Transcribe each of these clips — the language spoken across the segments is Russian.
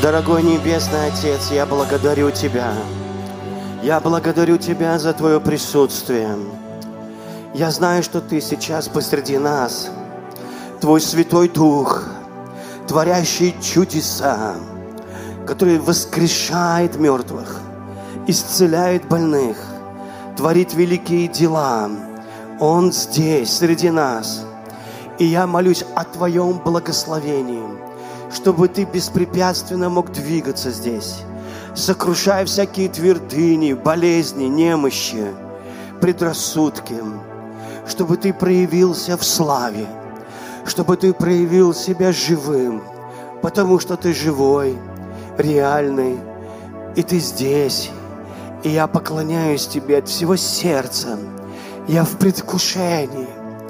Дорогой Небесный Отец, я благодарю Тебя. Я благодарю Тебя за Твое присутствие. Я знаю, что Ты сейчас посреди нас. Твой Святой Дух, творящий чудеса, который воскрешает мертвых, исцеляет больных, творит великие дела. Он здесь, среди нас. И я молюсь о Твоем благословении, чтобы Ты беспрепятственно мог двигаться здесь, сокрушая всякие твердыни, болезни, немощи, предрассудки, чтобы Ты проявился в славе, чтобы Ты проявил себя живым, потому что Ты живой, реальный, и Ты здесь. И я поклоняюсь Тебе от всего сердца. Я в предвкушении.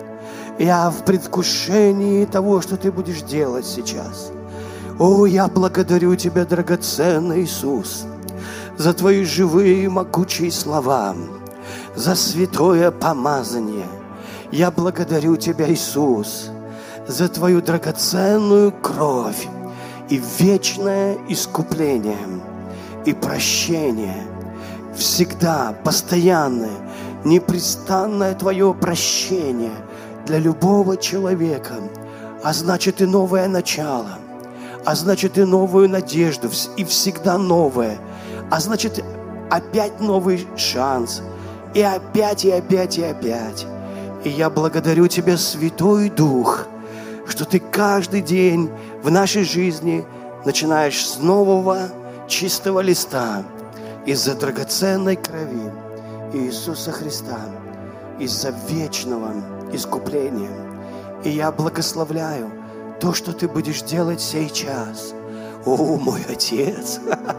Я в предвкушении того, что Ты будешь делать сейчас. О, я благодарю Тебя, драгоценный Иисус, за Твои живые и могучие слова, за святое помазание. Я благодарю Тебя, Иисус, за Твою драгоценную кровь и вечное искупление, и прощение. Всегда, постоянное, непрестанное Твое прощение для любого человека, а значит и новое начало, а значит и новую надежду, и всегда новое, а значит опять новый шанс, и опять, и опять, и опять. И я благодарю Тебя, Святой Дух, что Ты каждый день в нашей жизни начинаешь с нового чистого листа, из-за драгоценной крови Иисуса Христа, из-за вечного искупления. И я благословляю то, что Ты будешь делать сейчас. О, мой Отец,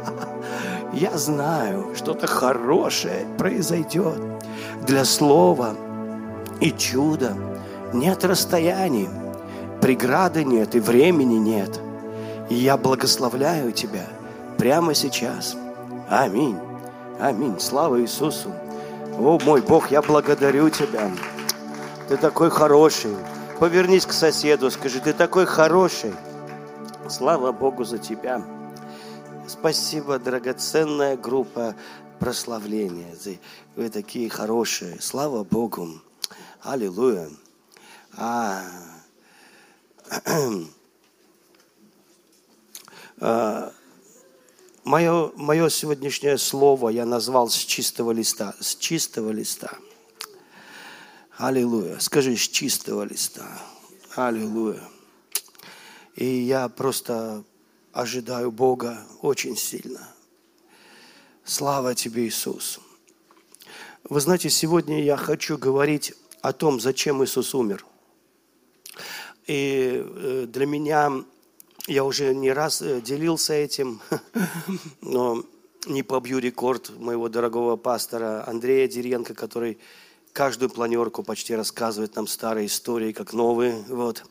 я знаю, что-то хорошее произойдет. Для слова и чуда нет расстояний, преграды нет и времени нет. И я благословляю Тебя прямо сейчас. Аминь. Аминь. Слава Иисусу. О, мой Бог, я благодарю Тебя. Ты такой хороший. Повернись к соседу, скажи, Ты такой хороший. Слава Богу за Тебя. Спасибо, драгоценная группа прославления. Вы такие хорошие. Слава Богу. Аллилуйя. Мое сегодняшнее слово я назвал с чистого листа. С чистого листа. Аллилуйя. Скажи, с чистого листа. Аллилуйя. И я просто ожидаю Бога очень сильно. Слава Тебе, Иисус. Вы знаете, сегодня я хочу говорить о том, зачем Иисус умер. И для меня, я уже не раз делился этим, но не побью рекорд моего дорогого пастора Андрея Деренко, который каждую планерку почти рассказывает нам старые истории, как новые. Вот.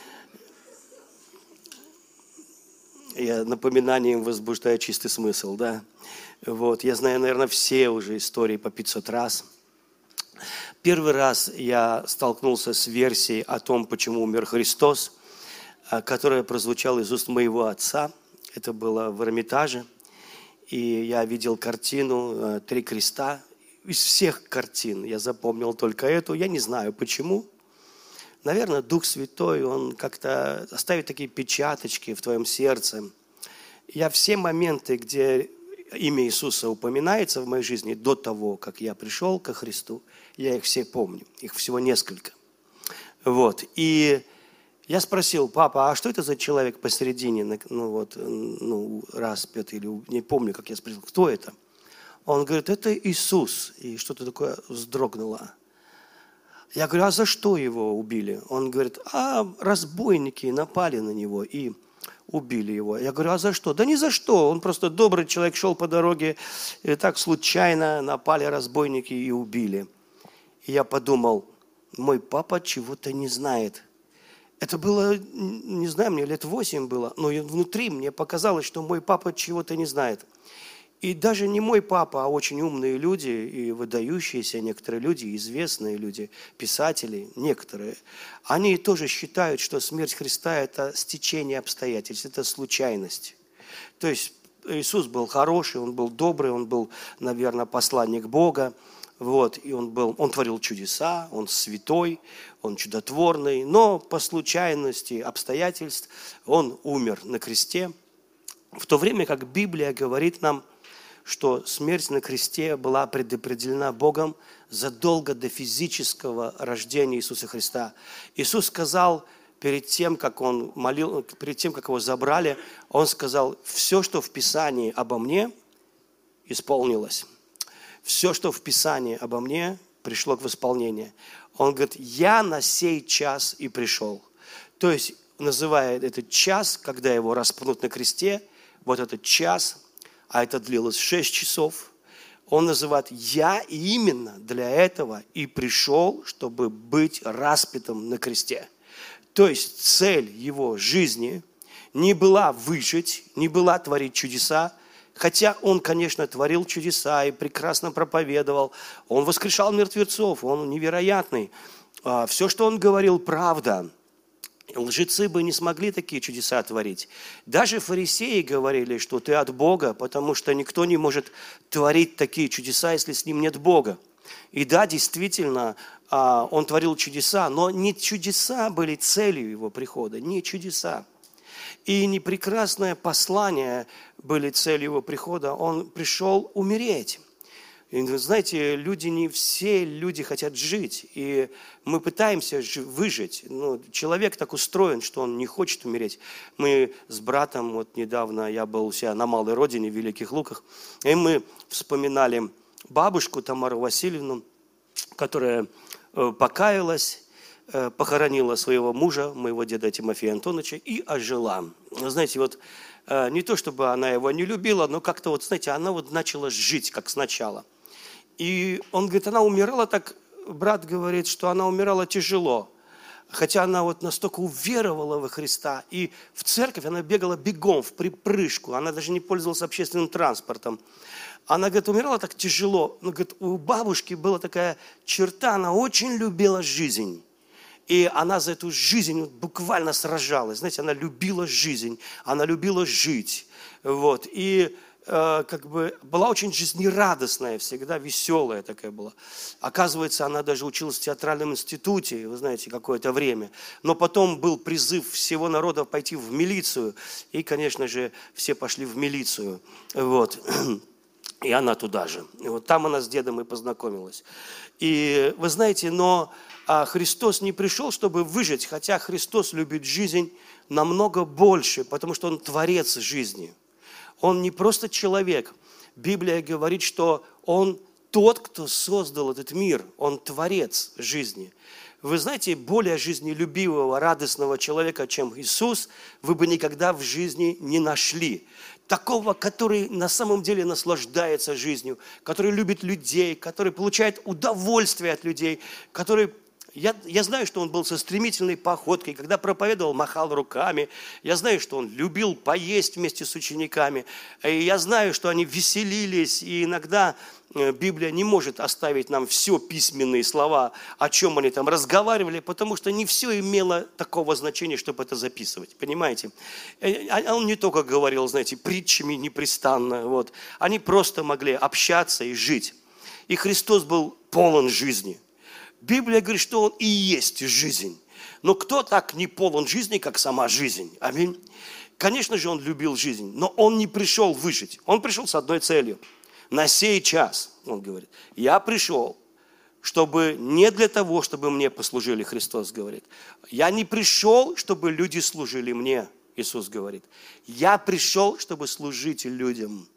Я напоминанием возбуждаю чистый смысл, да. Вот. Я знаю, наверное, все уже истории по 500 раз. Первый раз я столкнулся с версией о том, почему умер Христос, которая прозвучала из уст моего отца. Это было в Эрмитаже. И я видел картину «Три креста». Из всех картин я запомнил только эту. Я не знаю, почему. Наверное, Дух Святой, Он как-то оставит такие печаточки в твоем сердце. Я все моменты, где имя Иисуса упоминается в моей жизни до того, как я пришел ко Христу, я их все помню. Их всего несколько. Вот. И я спросил: папа, а что это за человек посередине, распят, или не помню, как я спросил, кто это? Он говорит: это Иисус. И что-то такое вздрогнуло. Я говорю: а за что его убили? Он говорит: разбойники напали на него и убили его. Я говорю: а за что? Да ни за что. Он просто добрый человек, шел по дороге, и так случайно напали разбойники и убили. И я подумал: мой папа чего-то не знает. Это было, не знаю, мне лет 8 было, но внутри мне показалось, что мой папа чего-то не знает. И даже не мой папа, а очень умные люди и выдающиеся некоторые люди, известные люди, писатели, некоторые, они тоже считают, что смерть Христа – это стечение обстоятельств, это случайность. То есть Иисус был хороший, Он был добрый, Он был, наверное, посланник Бога. Вот, и он творил чудеса, Он святой, Он чудотворный, но по случайности обстоятельств Он умер на кресте. В то время как Библия говорит нам, что смерть на кресте была предопределена Богом задолго до физического рождения Иисуса Христа. Иисус сказал перед тем, как Он молил, перед тем, как Его забрали, Он сказал: все, что в Писании обо мне, исполнилось. Все, что в Писании обо мне, пришло к исполнению. Он говорит: я на сей час и пришел. То есть, называя этот час, когда Его распнут на кресте, вот этот час, а это длилось 6 часов, Он называет: я именно для этого и пришел, чтобы быть распятым на кресте. То есть цель Его жизни не была выжить, не была творить чудеса, хотя Он, конечно, творил чудеса и прекрасно проповедовал. Он воскрешал мертвецов, Он невероятный. Все, что Он говорил, правда. Лжецы бы не смогли такие чудеса творить. Даже фарисеи говорили, что ты от Бога, потому что никто не может творить такие чудеса, если с ним нет Бога. И да, действительно, Он творил чудеса, но не чудеса были целью Его прихода, не чудеса. И не прекрасное послание были целью Его прихода. Он пришел умереть. И вы знаете, не все люди хотят жить. И мы пытаемся выжить. Но человек так устроен, что он не хочет умереть. Мы с братом, вот недавно я был у себя на малой родине, в Великих Луках, и мы вспоминали бабушку Тамару Васильевну, которая покаялась, похоронила своего мужа, моего деда Тимофея Антоновича, и ожила. Знаете, вот не то, чтобы она его не любила, но как-то вот, знаете, она вот начала жить, как сначала. И он говорит, она умирала так, брат говорит, что она умирала тяжело. Хотя она вот настолько уверовала во Христа. И в церковь она бегала бегом, в припрыжку. Она даже не пользовалась общественным транспортом. Она, говорит, умирала так тяжело. Но, говорит, у бабушки была такая черта, она очень любила жизнь. И она за эту жизнь буквально сражалась. Знаете, она любила жизнь, она любила жить. Вот. И как бы была очень жизнерадостная, всегда веселая такая была. Оказывается, она даже училась в театральном институте, вы знаете, какое-то время. Но потом был призыв всего народа пойти в милицию. И, конечно же, все пошли в милицию. Вот. И она туда же. И вот там она с дедом и познакомилась. И вы знаете, но Христос не пришел, чтобы выжить, хотя Христос любит жизнь намного больше, потому что Он творец жизни. Он не просто человек. Библия говорит, что Он тот, кто создал этот мир. Он творец жизни. Вы знаете, более жизнелюбивого, радостного человека, чем Иисус, вы бы никогда в жизни не нашли. Такого, который на самом деле наслаждается жизнью, который любит людей, который получает удовольствие от людей, который... Я знаю, что он был со стремительной походкой, когда проповедовал, махал руками. Я знаю, что он любил поесть вместе с учениками. И я знаю, что они веселились. И иногда Библия не может оставить нам все письменные слова, о чем они там разговаривали, потому что не все имело такого значения, чтобы это записывать. Понимаете? Он не только говорил, знаете, притчами непрестанно. Вот. Они просто могли общаться и жить. И Христос был полон жизни. Библия говорит, что Он и есть жизнь. Но кто так не полон жизни, как сама жизнь? Аминь. Конечно же, Он любил жизнь, но Он не пришел выжить. Он пришел с одной целью. На сей час, Он говорит, я пришел, чтобы не для того, чтобы мне послужили, Христос говорит. Я не пришел, чтобы люди служили мне, Иисус говорит. Я пришел, чтобы служить людям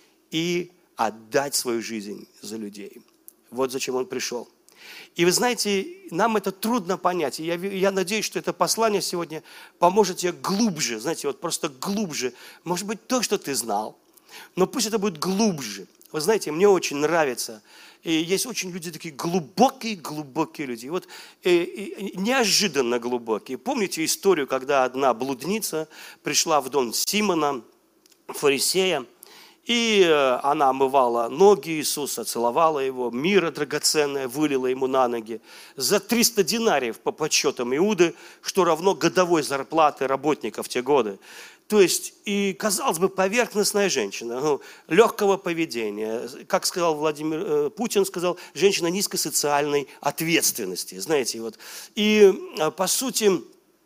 и отдать свою жизнь за людей. Вот зачем Он пришел. И вы знаете, нам это трудно понять. И я надеюсь, что это послание сегодня поможет тебе глубже, знаете, вот просто глубже. Может быть, то, что ты знал, но пусть это будет глубже. Вы знаете, мне очень нравится. И есть очень люди такие глубокие люди. И вот неожиданно глубокие. Помните историю, когда одна блудница пришла в дом Симона, фарисея, и она омывала ноги Иисуса, целовала его, мира драгоценное вылила ему на ноги. За 300 динариев по подсчетам Иуды, что равно годовой зарплаты работника в те годы. То есть, и, казалось бы, поверхностная женщина, ну, легкого поведения. Как сказал Владимир Путин, сказал, женщина низкой социальной ответственности. Знаете, вот. И по сути,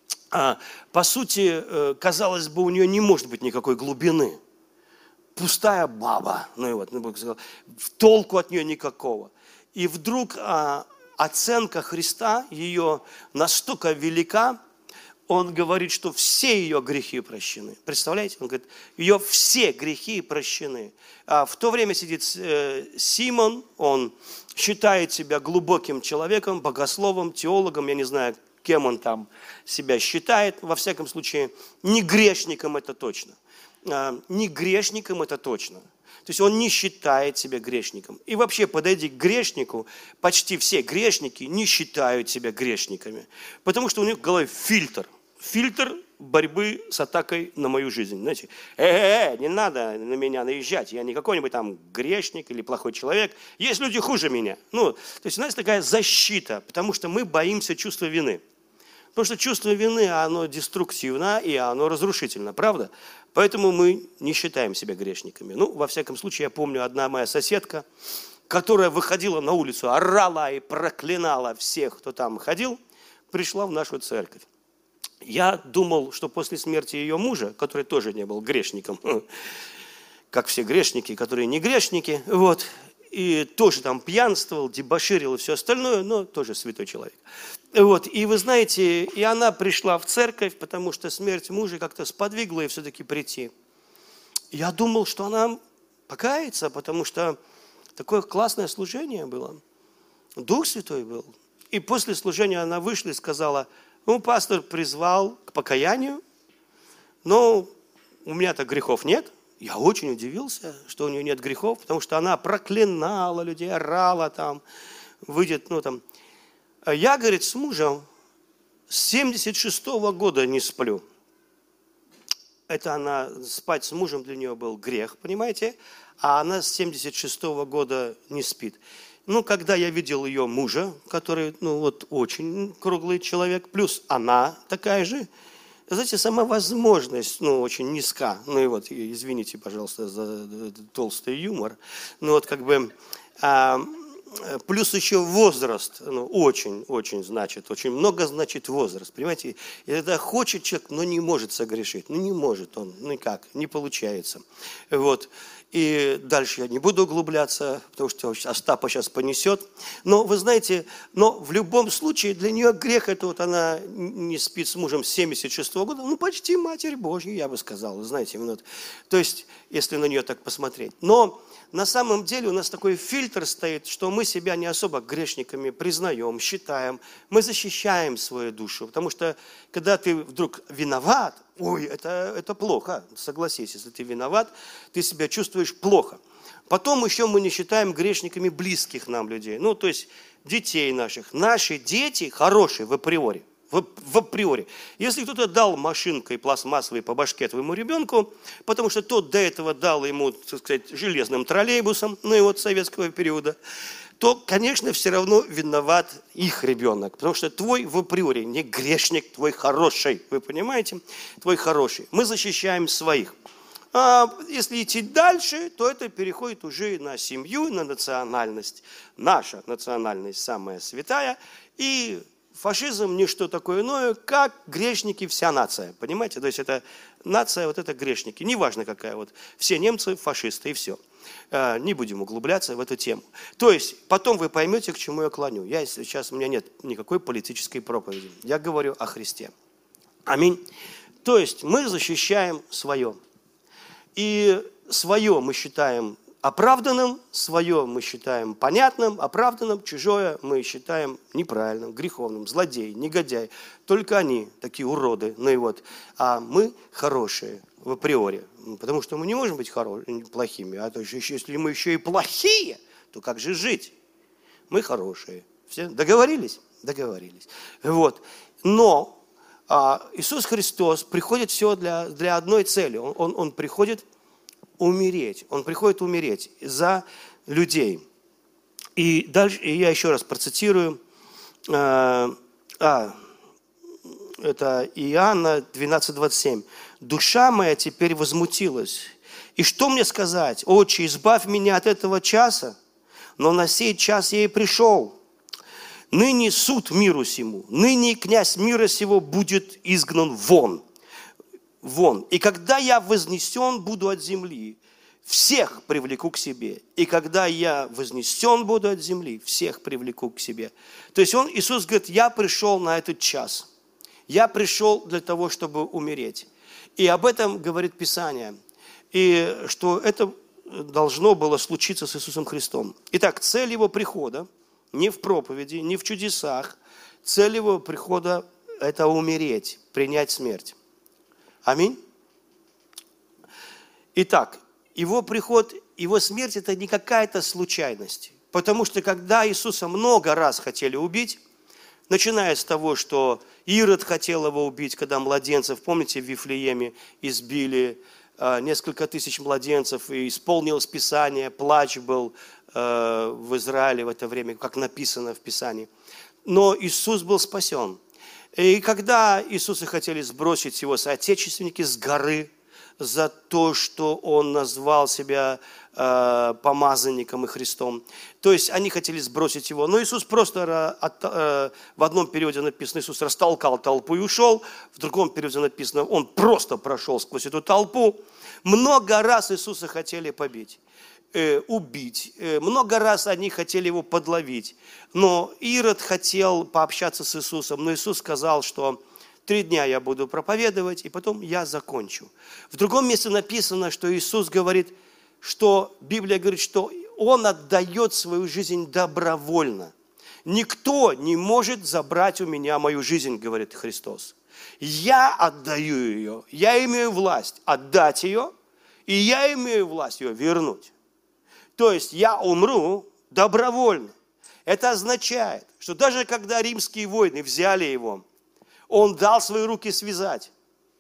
казалось бы, у нее не может быть никакой глубины. Пустая баба, ну и вот, толку от нее никакого. И вдруг оценка Христа, ее настолько велика, он говорит, что все ее грехи прощены. Представляете? Он говорит, ее все грехи прощены. В то время сидит Симон, он считает себя глубоким человеком, богословом, теологом, я не знаю, кем он там себя считает, во всяком случае, не грешником это точно. Не грешником это точно. То есть он не считает себя грешником. И вообще, подойди к грешнику, почти все грешники не считают себя грешниками. Потому что у них в голове фильтр. Фильтр борьбы с атакой на мою жизнь. Знаете, не надо на меня наезжать. Я не какой-нибудь там грешник или плохой человек. Есть люди хуже меня. Ну, то есть у нас такая защита, потому что мы боимся чувства вины. Потому что чувство вины, оно деструктивно и оно разрушительно, правда? Поэтому мы не считаем себя грешниками. Ну, во всяком случае, я помню, одна моя соседка, которая выходила на улицу, орала и проклинала всех, кто там ходил, пришла в нашу церковь. Я думал, что после смерти ее мужа, который тоже не был грешником, как все грешники, которые не грешники, вот, и тоже там пьянствовал, дебоширил и все остальное, но тоже святой человек. Вот, и вы знаете, и она пришла в церковь, потому что смерть мужа как-то сподвигла ее все-таки прийти. Я думал, что она покается, потому что такое классное служение было. Дух Святой был. И после служения она вышла и сказала, ну, пастор призвал к покаянию, но у меня-то грехов нет. Я очень удивился, что у нее нет грехов, потому что она проклинала людей, орала там, выйдет, ну там. А я, говорит, с мужем с 76-го года не сплю. Это она, спать с мужем для нее был грех, понимаете? А она с 76-го года не спит. Ну, когда я видел ее мужа, который, ну, вот очень круглый человек, плюс она такая же, знаете, сама возможность, ну, очень низка. Ну, и вот, извините, пожалуйста, за толстый юмор. Ну, вот, как бы, плюс еще возраст, ну, очень значит, очень много значит возраст, понимаете? И это хочет человек, но не может согрешить. Ну, не может он, никак, не получается. Вот. И дальше я не буду углубляться, потому что Остапа сейчас понесет. Но вы знаете, но в любом случае для нее грех, это вот она не спит с мужем с 76-го года, ну почти Матерь Божья, я бы сказал, знаете. Вот. То есть, если на нее так посмотреть. Но на самом деле у нас такой фильтр стоит, что мы себя не особо грешниками признаем, считаем. Мы защищаем свою душу, потому что когда ты вдруг виноват, ой, это плохо, согласись, если ты виноват, ты себя чувствуешь плохо. Потом еще мы не считаем грешниками близких нам людей, ну, то есть детей наших. Наши дети хорошие в априори. В априори. Если кто-то дал машинкой пластмассовой по башке твоему ребенку, потому что тот до этого дал ему, так сказать, железным троллейбусом, ну и вот советского периода, то, конечно, все равно виноват их ребенок, потому что твой в априори не грешник, твой хороший, вы понимаете, твой хороший. Мы защищаем своих. А если идти дальше, то это переходит уже на семью, на национальность. Наша национальность самая святая, и фашизм не что такое иное, как грешники вся нация, понимаете? То есть это нация, вот это грешники, неважно какая, вот все немцы фашисты и все. Не будем углубляться в эту тему. То есть потом вы поймете, к чему я клоню. Сейчас у меня нет никакой политической проповеди. Я говорю о Христе. Аминь. То есть мы защищаем свое. И свое мы считаем оправданным, свое мы считаем понятным, оправданным, чужое мы считаем неправильным, греховным, злодей, негодяй. Только они такие уроды, ну и вот. А мы хорошие в априори, потому что мы не можем быть плохими. А то есть, если мы еще и плохие, то как же жить? Мы хорошие. Все договорились? Договорились. Вот. Но Иисус Христос приходит все для одной цели. Он приходит умереть. Он приходит умереть за людей. И дальше я еще раз процитирую. Это Иоанна 12:27. душа моя теперь возмутилась. И что мне сказать? Отче, избавь меня от этого часа, но на сей час я и пришел. Ныне суд миру сему, ныне князь мира сего будет изгнан вон. Вон. И когда я вознесен буду от земли, всех привлеку к себе. И когда я вознесен буду от земли, всех привлеку к себе. То есть Иисус говорит, я пришел на этот час. Я пришел для того, чтобы умереть. И об этом говорит Писание. И что это должно было случиться с Иисусом Христом. Итак, цель Его прихода не в проповеди, не в чудесах. Цель Его прихода – это умереть, принять смерть. Аминь. Итак, Его приход, Его смерть – это не какая-то случайность. Потому что когда Иисуса много раз хотели убить, начиная с того, что Ирод хотел Его убить, когда младенцев, помните, в Вифлееме избили несколько тысяч младенцев, и исполнилось Писание, плач был в Израиле в это время, как написано в Писании. Но Иисус был спасен. И когда Иисуса хотели сбросить Его соотечественники с горы за то, что Он назвал себя помазанником и Христом, то есть они хотели сбросить Его, но Иисус просто, в одном периоде написано, Иисус растолкал толпу и ушел, в другом периоде написано, Он просто прошел сквозь эту толпу. Много раз Иисуса хотели побить, убить, много раз они хотели Его подловить, но Ирод хотел пообщаться с Иисусом, но Иисус сказал, что 3 дня я буду проповедовать, и потом я закончу. В другом месте написано, что Иисус говорит, что Библия говорит, что Он отдает свою жизнь добровольно. Никто не может забрать у меня мою жизнь, говорит Христос. Я отдаю ее, я имею власть отдать ее, и я имею власть ее вернуть. То есть я умру добровольно. Это означает, что даже когда римские воины взяли Его, Он дал свои руки связать.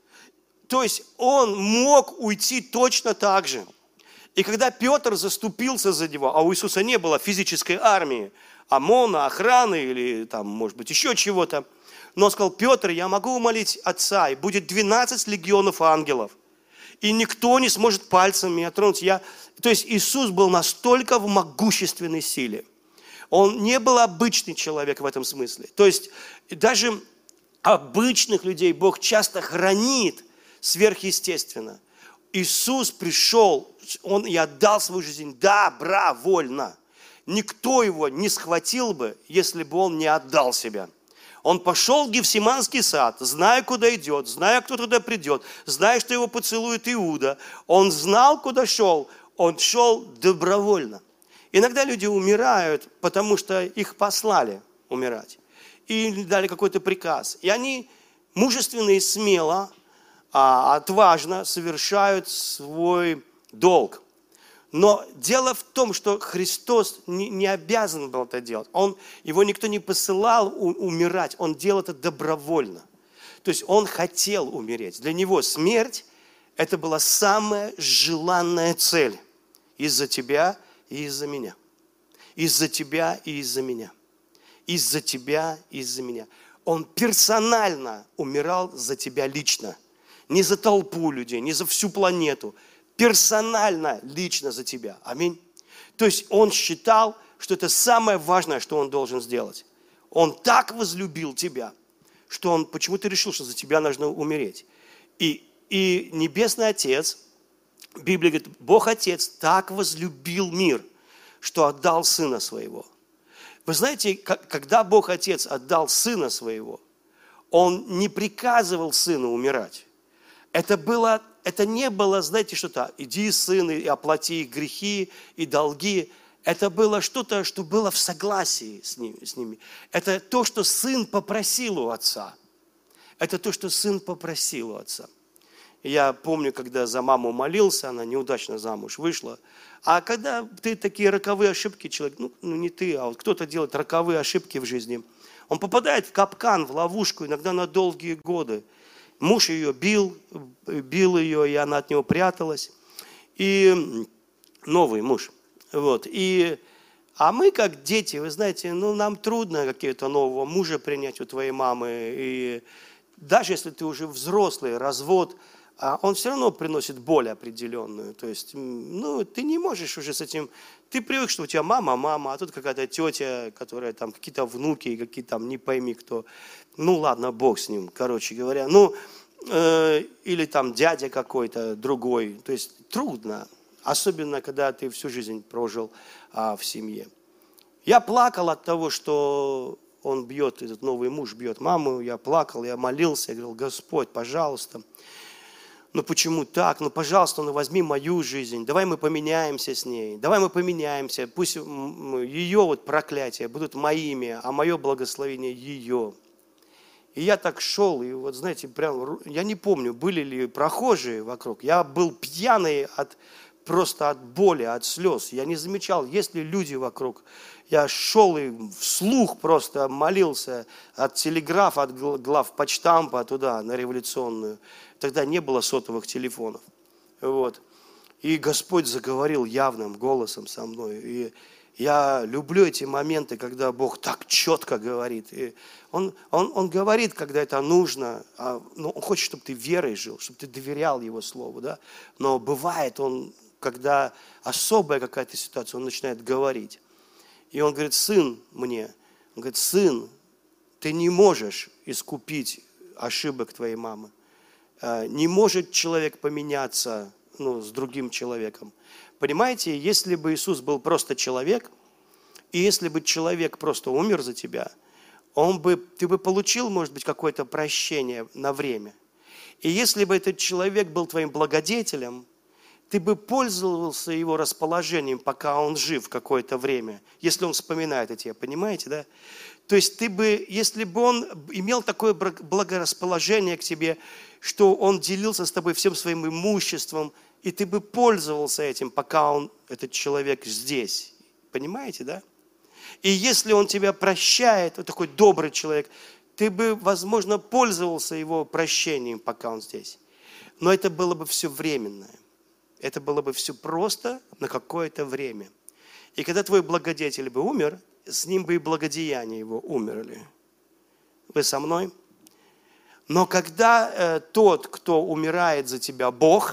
То есть Он мог уйти точно так же. И когда Петр заступился за Него, а у Иисуса не было физической армии, ОМОНа, охраны или там, может быть, еще чего-то, но он сказал, Петр, я могу умолить Отца, и будет 12 легионов ангелов, и никто не сможет пальцем меня тронуть. То есть Иисус был настолько в могущественной силе. Он не был обычный человек в этом смысле. То есть даже обычных людей Бог часто хранит сверхъестественно. Иисус пришел, Он и отдал свою жизнь добровольно. Никто Его не схватил бы, если бы Он не отдал себя. Он пошел в Гефсиманский сад, зная, куда идет, зная, кто туда придет, зная, что Его поцелует Иуда. Он знал, куда шел, Он шел добровольно. Иногда люди умирают, потому что их послали умирать. И дали какой-то приказ. И они мужественно и смело, отважно совершают свой долг. Но дело в том, что Христос не обязан был это делать. Его никто не посылал умирать, Он делал это добровольно. То есть Он хотел умереть. Для Него смерть – это была самая желанная цель. Из-за тебя и из-за меня. Из-за тебя и из-за меня. Из-за тебя и из-за меня. Он персонально умирал за тебя лично. Не за толпу людей, не за всю планету. Персонально, лично за тебя. Аминь. То есть Он считал, что это самое важное, что Он должен сделать. Он так возлюбил тебя, что Он почему-то решил, что за тебя нужно умереть. И Небесный Отец, Библия говорит, Бог Отец так возлюбил мир, что отдал Сына Своего. Вы знаете, когда Бог Отец отдал Сына Своего, Он не приказывал Сыну умирать. Это не было, знаете, что-то, иди, сын, и оплати их грехи и долги. Это было что-то, что было в согласии с ними. Это то, что сын попросил у отца. Это то, что сын попросил у отца. Я помню, когда за маму молился, она неудачно замуж вышла. А когда ты такие роковые ошибки, человек, ну не ты, а вот кто-то делает роковые ошибки в жизни, он попадает в капкан, в ловушку, иногда на долгие годы. Муж ее бил ее, и она от него пряталась. И новый муж. Вот. А мы, как дети, вы знаете, нам трудно какого-то нового мужа принять у твоей мамы. И даже если ты уже взрослый, развод, он все равно приносит боль определенную. То есть, ну, ты не можешь уже с этим... Ты привык, что у тебя мама, а тут какая-то тетя, которая там, какие-то внуки, какие-то там, не пойми кто. Ну, ладно, Бог с ним, короче говоря. Ну, или там дядя какой-то, другой. То есть, трудно. Особенно, когда ты всю жизнь прожил в семье. Я плакал от того, что он бьет, этот новый муж бьет маму. Я плакал, я молился, я говорил: Господь, пожалуйста, ну почему так? Ну, пожалуйста, ну возьми мою жизнь, давай мы поменяемся с ней, давай мы поменяемся, пусть ее вот проклятия будут моими, а мое благословение ее. И я так шел, и вот знаете, прям, я не помню, были ли прохожие вокруг, я был пьяный просто от боли, от слез, я не замечал, есть ли люди вокруг. Я шел и вслух просто молился от телеграфа, от главпочтампа туда, на Революционную. Тогда не было сотовых телефонов. Вот. И Господь заговорил явным голосом со мной. И я люблю эти моменты, когда Бог так четко говорит. И Он говорит, когда это нужно. Но Он хочет, чтобы ты верой жил, чтобы ты доверял Его Слову. Да? Но бывает когда особая какая-то ситуация, Он начинает говорить. И Он говорит: сын мне, Он говорит: сын, ты не можешь искупить ошибок твоей мамы. Не может человек поменяться с другим человеком. Понимаете, если бы Иисус был просто человек, и если бы человек просто умер за тебя, ты бы получил, может быть, какое-то прощение на время. И если бы этот человек был твоим благодетелем, ты бы пользовался его расположением, пока он жив какое-то время, если он вспоминает о тебе, понимаете, да? То есть если бы он имел такое благорасположение к тебе, что он делился с тобой всем своим имуществом, и ты бы пользовался этим, пока этот человек здесь, понимаете, да? И если он тебя прощает, вот такой добрый человек, ты бы, возможно, пользовался его прощением, пока он здесь. Но это было бы все временное. Это было бы все просто на какое-то время. И когда твой благодетель бы умер, с ним бы и благодеяния его умерли. Вы со мной? Но когда тот, кто умирает за тебя, Бог,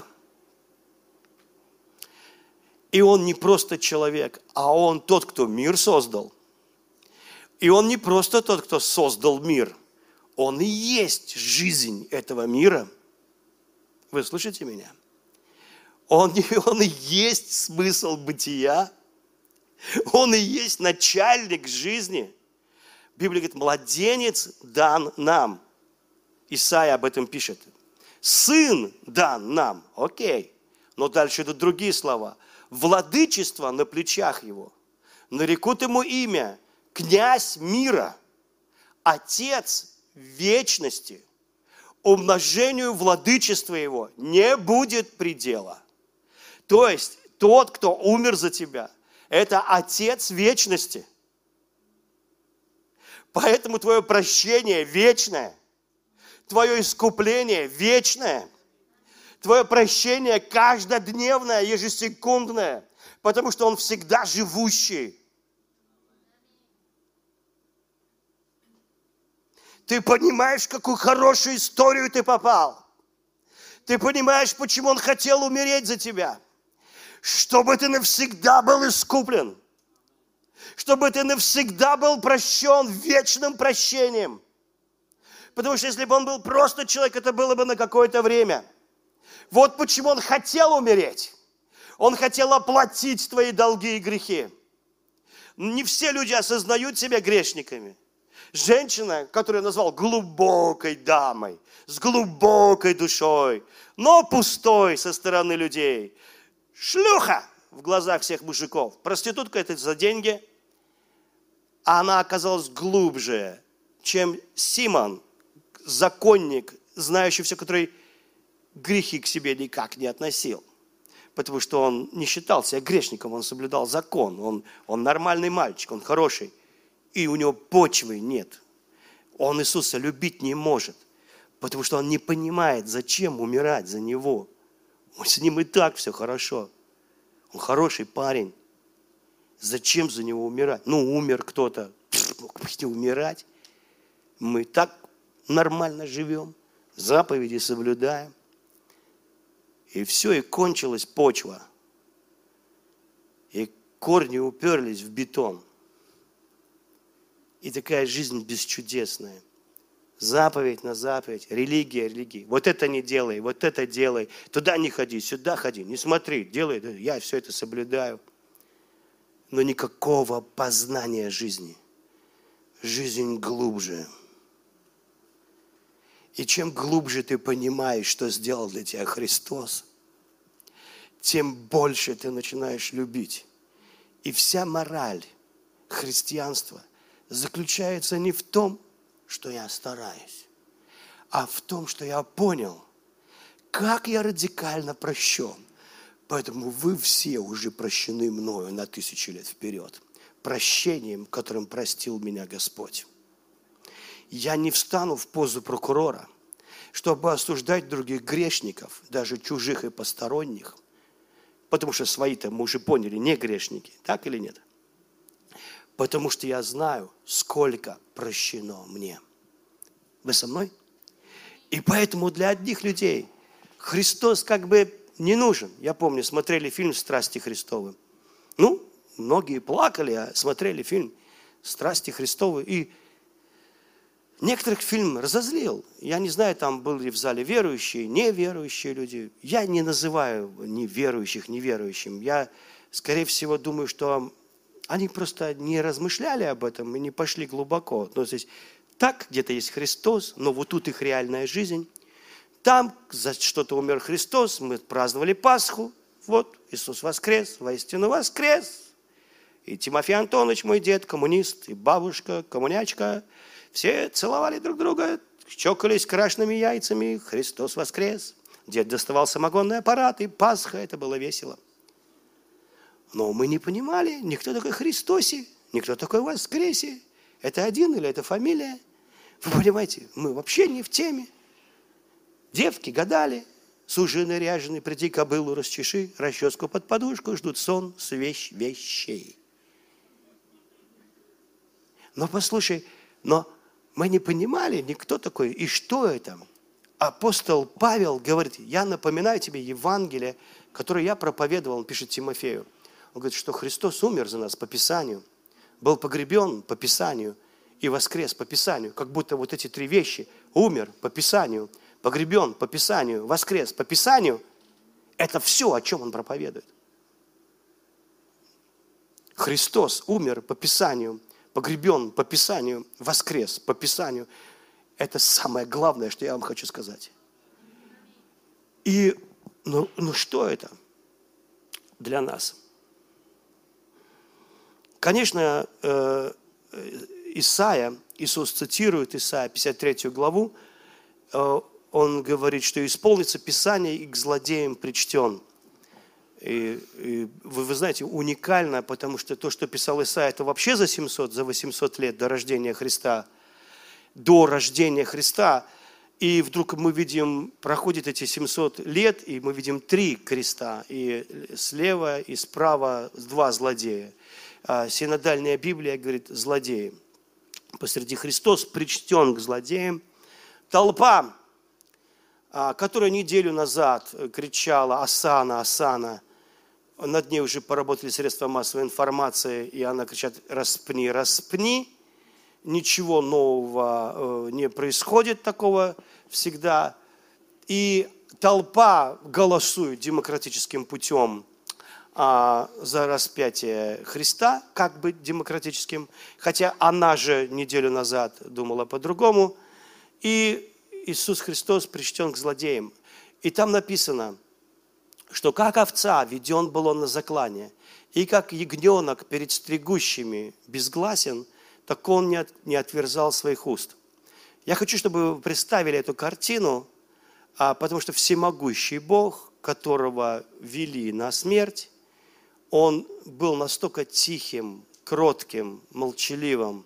и Он не просто человек, а Он тот, кто мир создал, и Он не просто тот, кто создал мир, Он и есть жизнь этого мира. Вы слышите меня? Он и есть смысл бытия. Он и есть начальник жизни. Библия говорит: младенец дан нам. Исаия об этом пишет. Сын дан нам. Окей. Но дальше идут другие слова. Владычество на плечах его. Нарекут ему имя. Князь мира. Отец вечности. Умножению владычества его не будет предела. То есть, тот, кто умер за тебя, это Отец вечности. Поэтому твое прощение вечное, твое искупление вечное, твое прощение каждодневное, ежесекундное, потому что Он всегда живущий. Ты понимаешь, в какую хорошую историю ты попал? Ты понимаешь, почему Он хотел умереть за тебя? Чтобы ты навсегда был искуплен. Чтобы ты навсегда был прощен вечным прощением. Потому что если бы он был просто человек, это было бы на какое-то время. Вот почему Он хотел умереть. Он хотел оплатить твои долги и грехи. Не все люди осознают себя грешниками. Женщина, которую я назвал глубокой дамой, с глубокой душой, но пустой со стороны людей. Шлюха в глазах всех мужиков. Проститутка это за деньги. А она оказалась глубже, чем Симон, законник, знающий все, который грехи к себе никак не относил. Потому что он не считал себя грешником, он соблюдал закон. Он нормальный мальчик, он хороший. И у него почвы нет. Он Иисуса любить не может. Потому что он не понимает, зачем умирать за Него. С ним и так все хорошо. Он хороший парень. Зачем за него умирать? Ну, умер кто-то. Мог бы не умирать. Мы так нормально живем. Заповеди соблюдаем. И все, и кончилась почва. И корни уперлись в бетон. И такая жизнь бесчудесная. Заповедь на заповедь, религия, религия. Вот это не делай, вот это делай. Туда не ходи, сюда ходи, не смотри, делай. Я все это соблюдаю. Но никакого познания жизни. Жизнь глубже. И чем глубже ты понимаешь, что сделал для тебя Христос, тем больше ты начинаешь любить. И вся мораль христианства заключается не в том, что я стараюсь, а в том, что я понял, как я радикально прощен. Поэтому вы все уже прощены мною на 1000 лет вперед. Прощением, которым простил меня Господь. Я не встану в позу прокурора, чтобы осуждать других грешников, даже чужих и посторонних, потому что свои-то, мы уже поняли, не грешники, так или нет? Потому что я знаю, сколько прощено мне. Вы со мной? И поэтому для одних людей Христос как бы не нужен. Я помню, смотрели фильм «Страсти Христовы». Ну, многие плакали, а смотрели фильм «Страсти Христовы». И некоторых фильм разозлил. Я не знаю, там были в зале верующие, неверующие люди. Я не называю неверующих неверующим. Я, скорее всего, думаю, что они просто не размышляли об этом и не пошли глубоко. То есть так, где-то есть Христос, но вот тут их реальная жизнь. Там за что-то умер Христос, мы праздновали Пасху. Вот, Иисус воскрес, воистину воскрес. И Тимофей Антонович, мой дед, коммунист, и бабушка, коммунячка, все целовали друг друга, чокались крашенными яйцами, Христос воскрес. Дед доставал самогонный аппарат, и Пасха, это было весело. Но мы не понимали, никто такой Христосе, никто такой воскресе. Это один или это фамилия? Вы понимаете, мы вообще не в теме. Девки гадали, суженые ряженые, приди кобылу расчеши, расческу под подушку, ждут сон с вещей. Но послушай, но мы не понимали, никто такой, и что это? Апостол Павел говорит, я напоминаю тебе Евангелие, которое я проповедовал, он пишет Тимофею. Он говорит, что Христос умер за нас по Писанию, был погребен по Писанию и воскрес по Писанию. Как будто вот эти 3 вещи, умер по Писанию, погребен по Писанию, воскрес по Писанию, это все, о чем он проповедует. Христос умер по Писанию, погребен по Писанию, воскрес по Писанию. Это самое главное, что я вам хочу сказать. И, ну что это для нас? Конечно, Иисус цитирует Исайя, 53 главу, он говорит, что исполнится Писание и к злодеям причтен. И вы знаете, уникально, потому что то, что писал Исайя, это вообще за 800 лет до рождения Христа. До рождения Христа. И вдруг мы видим, проходит эти 700 лет, и мы видим 3 креста. И слева, и справа 2 злодея. Синодальная Библия говорит злодеи. Посреди Христос причтен к злодеям. Толпа, которая неделю назад кричала «Осанна, Осанна», над ней уже поработали средства массовой информации, и она кричит «Распни, распни». Ничего нового не происходит такого всегда. И толпа голосует демократическим путем за распятие Христа, как бы демократическим, хотя она же неделю назад думала по-другому. И Иисус Христос причтен к злодеям. И там написано, что как овца веден был он на заклание, и как ягненок перед стригущими безгласен, так он не отверзал своих уст. Я хочу, чтобы вы представили эту картину, потому что всемогущий Бог, которого вели на смерть, он был настолько тихим, кротким, молчаливым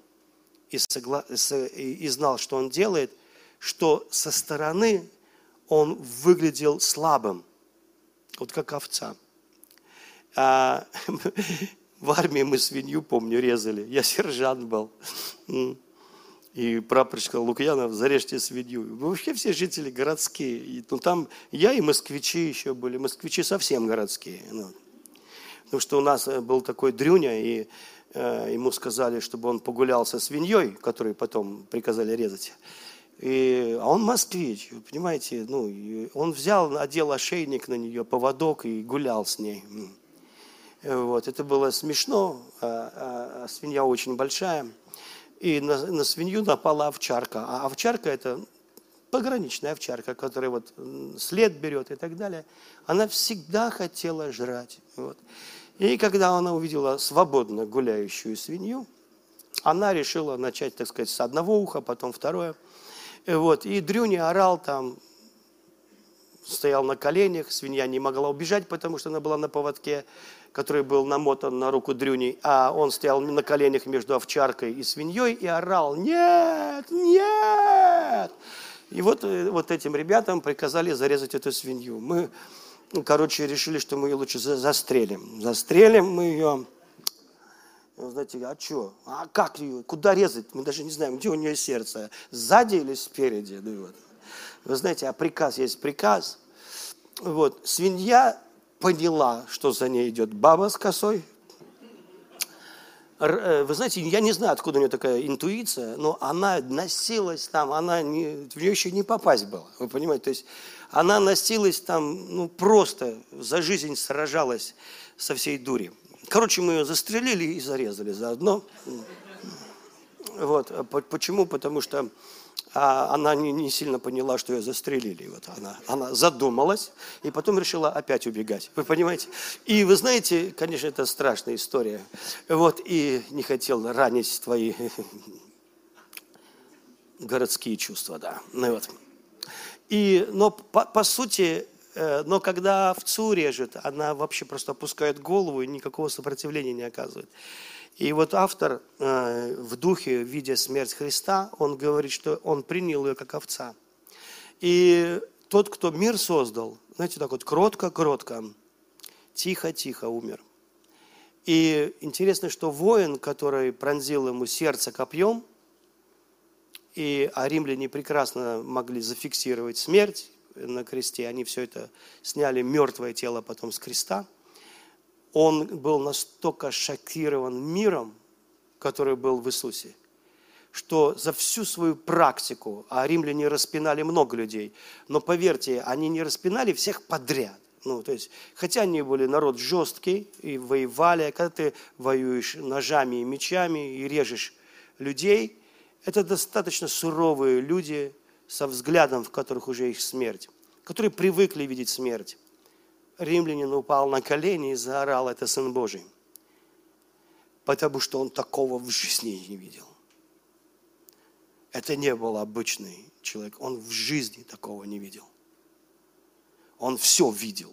и знал, что он делает, что со стороны он выглядел слабым, вот как овца. В армии мы свинью, помню, резали. Я сержант был. И прапорщик сказал: Лукьянов, зарежьте свинью. Мы вообще все жители городские. Ну, там я и москвичи еще были. Москвичи совсем городские. Ну. Потому что у нас был такой Дрюня, и ему сказали, чтобы он погулял со свиньей, которую потом приказали резать. А он москвич, вы понимаете. Ну, он взял, надел ошейник на нее, поводок и гулял с ней. Вот. Это было смешно. Свинья очень большая. И на свинью напала овчарка. А овчарка – это пограничная овчарка, которая вот след берет и так далее. Она всегда хотела жрать. Вот. И когда она увидела свободно гуляющую свинью, она решила начать, так сказать, с одного уха, потом второе. Вот. И Дрюня орал там, стоял на коленях, свинья не могла убежать, потому что она была на поводке, который был намотан на руку Дрюни, а он стоял на коленях между овчаркой и свиньей и орал: «Нет! Нет!» И вот этим ребятам приказали зарезать эту свинью. Мы, решили, что мы ее лучше застрелим. Застрелим мы ее. Знаете, а что? А как ее? Куда резать? Мы даже не знаем, где у нее сердце. Сзади или спереди? Ну, вот. Вы знаете, а приказ есть приказ. Вот. Свинья поняла, что за ней идет баба с косой. Вы знаете, я не знаю, откуда у нее такая интуиция, но она носилась там, в нее еще не попасть было, вы понимаете? То есть она носилась там, просто за жизнь сражалась со всей дури. Мы ее застрелили и зарезали заодно. Вот. Почему? Потому что она не сильно поняла, что ее застрелили. Вот она задумалась и потом решила опять убегать. Вы понимаете? И вы знаете, конечно, это страшная история. Вот. И не хотел ранить твои городские чувства, да. Вот. Но по сути, но когда овцу режет, она вообще просто опускает голову и никакого сопротивления не оказывает. И вот автор в духе, видя смерть Христа, он говорит, что он принял ее как овца. И тот, кто мир создал, знаете, так вот кротко-кротко, тихо-тихо умер. И интересно, что воин, который пронзил ему сердце копьем, а римляне прекрасно могли зафиксировать смерть на кресте, они все это сняли, мертвое тело потом с креста. Он был настолько шокирован миром, который был в Иисусе, что за всю свою практику, а римляне распинали много людей, но поверьте, они не распинали всех подряд. То есть, хотя они были народ жесткий и воевали, когда ты воюешь ножами и мечами и режешь людей, это достаточно суровые люди со взглядом, в которых уже их смерть, которые привыкли видеть смерть. Римлянин упал на колени и заорал: «Это Сын Божий». Потому что он такого в жизни не видел. Это не был обычный человек. Он в жизни такого не видел. Он все видел.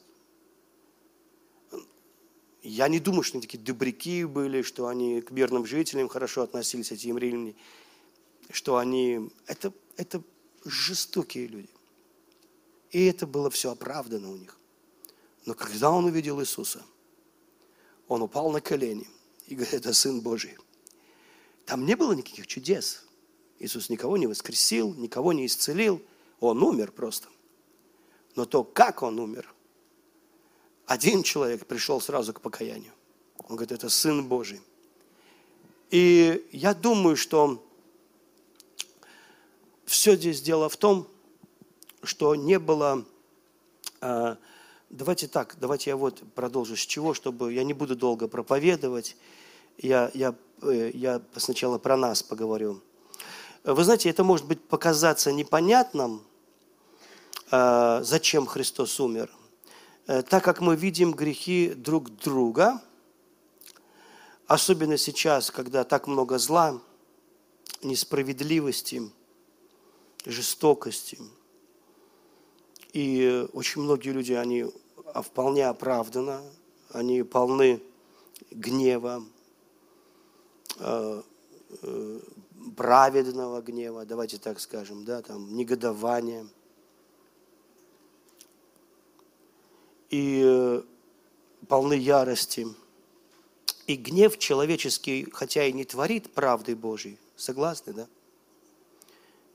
Я не думаю, что они такие добряки были, что они к мирным жителям хорошо относились, эти римляне, что они... Это жестокие люди. И это было все оправдано у них. Но когда он увидел Иисуса, он упал на колени и говорит: «Это Сын Божий». Там не было никаких чудес. Иисус никого не воскресил, никого не исцелил. Он умер просто. Но то, как он умер, один человек пришел сразу к покаянию. Он говорит: «Это Сын Божий». И я думаю, что все здесь дело в том, что не было... Давайте я продолжу с чего, чтобы я не буду долго проповедовать. Я сначала про нас поговорю. Вы знаете, это может быть показаться непонятным, зачем Христос умер. Так как мы видим грехи друг друга, особенно сейчас, когда так много зла, несправедливости, жестокости. И очень многие люди, они вполне оправданно, они полны гнева, праведного гнева, давайте так скажем, да, там, негодования. И полны ярости. И гнев человеческий, хотя и не творит правды Божьей, согласны, да?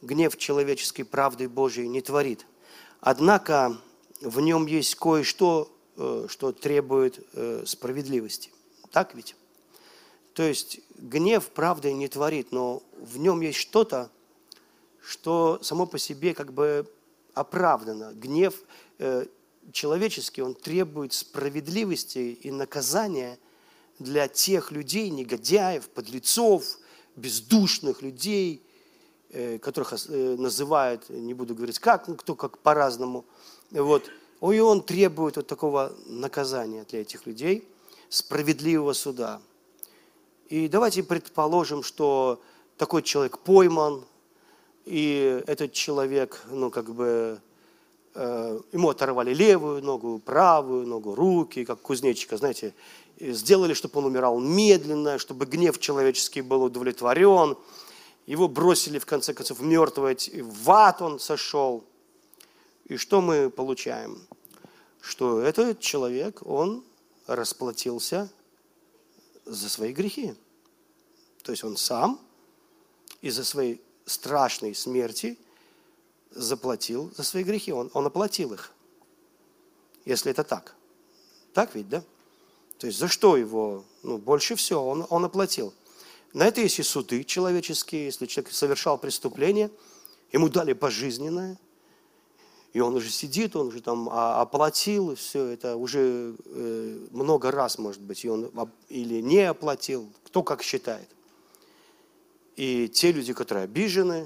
гнев человеческой правды Божией не творит. Однако в нем есть кое-что, что требует справедливости. Так ведь? То есть гнев правдой не творит, но в нем есть что-то, что само по себе как бы оправдано. Гнев человеческий, он требует справедливости и наказания для тех людей, негодяев, подлецов, бездушных людей, которых называют, не буду говорить как, кто как по-разному. Вот. И он требует вот такого наказания для этих людей, справедливого суда. И давайте предположим, что такой человек пойман, и этот человек, ему оторвали левую ногу, правую ногу, руки, как кузнечика, знаете, сделали, чтобы он умирал медленно, чтобы гнев человеческий был удовлетворен. Его бросили, в конце концов, мертвого, в ад он сошел. И что мы получаем? Что этот человек, он расплатился за свои грехи. То есть он сам из-за своей страшной смерти заплатил за свои грехи. Он оплатил их. Если это так. Так ведь, да? То есть за что его? Больше всего он оплатил. На это есть и суды человеческие. Если человек совершал преступление, ему дали пожизненное. И он уже сидит, он уже там оплатил, все это уже много раз, может быть, и он или не оплатил, кто как считает. И те люди, которые обижены,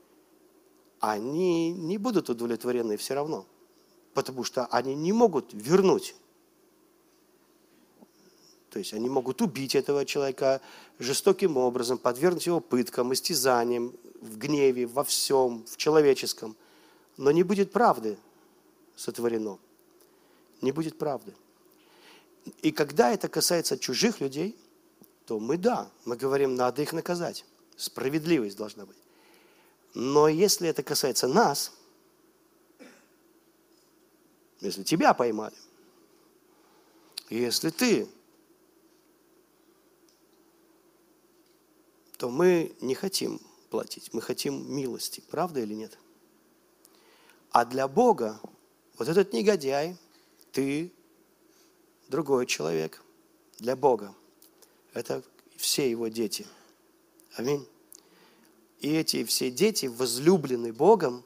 они не будут удовлетворены все равно, потому что они не могут вернуть. То есть они могут убить этого человека жестоким образом, подвергнуть его пыткам, истязаниям, в гневе, во всем, в человеческом. Но не будет правды сотворено. Не будет правды. И когда это касается чужих людей, то мы говорим, надо их наказать. Справедливость должна быть. Но если это касается нас, если тебя поймали, если ты, то мы не хотим платить, мы хотим милости. Правда или нет? А для Бога вот этот негодяй, ты, другой человек, для Бога, это все его дети. Аминь. И эти все дети возлюблены Богом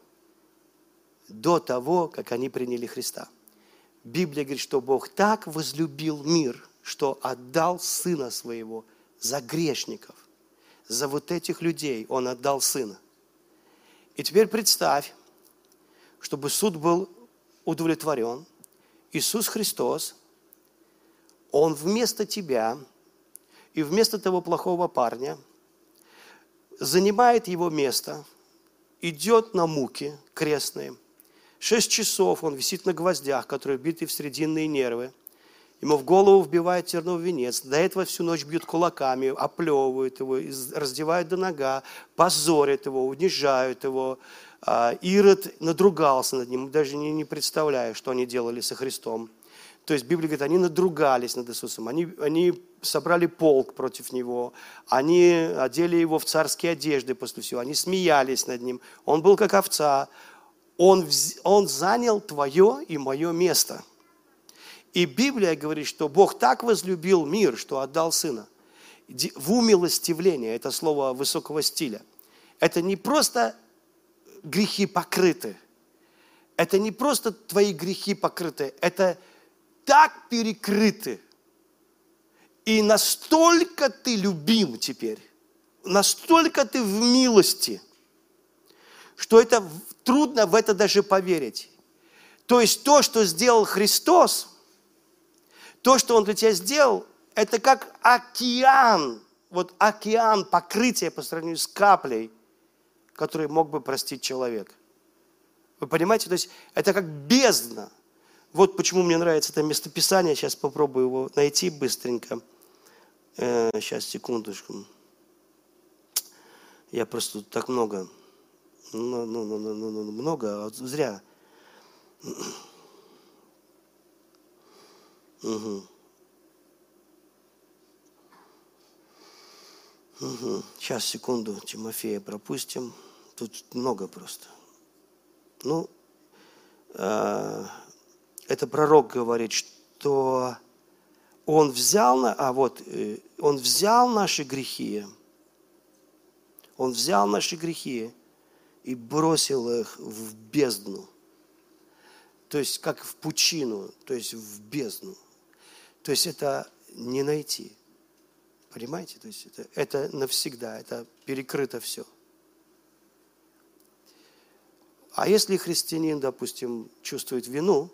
до того, как они приняли Христа. Библия говорит, что Бог так возлюбил мир, что отдал Сына Своего за грешников. За вот этих людей Он отдал Сына. И теперь представь, чтобы суд был удовлетворен. Иисус Христос, Он вместо тебя и вместо того плохого парня занимает его место, идет на муки крестные. 6 часов он висит на гвоздях, которые биты в срединные нервы. Ему в голову вбивают терновый венец. До этого всю ночь бьют кулаками, оплевывают его, раздевают до нога, позорят его, унижают его. Ирод надругался над ним, даже не представляю, что они делали со Христом. То есть Библия говорит, они надругались над Иисусом, они собрали полк против Него, они одели Его в царские одежды после всего, они смеялись над Ним. Он был как овца, Он занял твое и мое место. И Библия говорит, что Бог так возлюбил мир, что отдал Сына. В умилостивление, это слово высокого стиля. Это не просто грехи покрыты. Это не просто твои грехи покрыты. Это так перекрыты. И настолько ты любим теперь. Настолько ты в милости. Что это трудно в это даже поверить. То есть то, что сделал Христос, то, что Он для тебя сделал, это как океан. Вот океан покрытия по сравнению с каплей, который мог бы простить человек. Вы понимаете? То есть это как бездна. Вот почему мне нравится это местописание. Сейчас попробую его найти быстренько. Сейчас, секундочку. Я просто тут так много. Много, а зря. Угу. Сейчас, секунду, Тимофея пропустим. Тут много просто. Ну, это пророк говорит, что он взял наши грехи, он взял наши грехи и бросил их в бездну. То есть как в пучину, то есть в бездну. То есть это не найти. Понимаете? То есть это навсегда, это перекрыто все. А если христианин, допустим, чувствует вину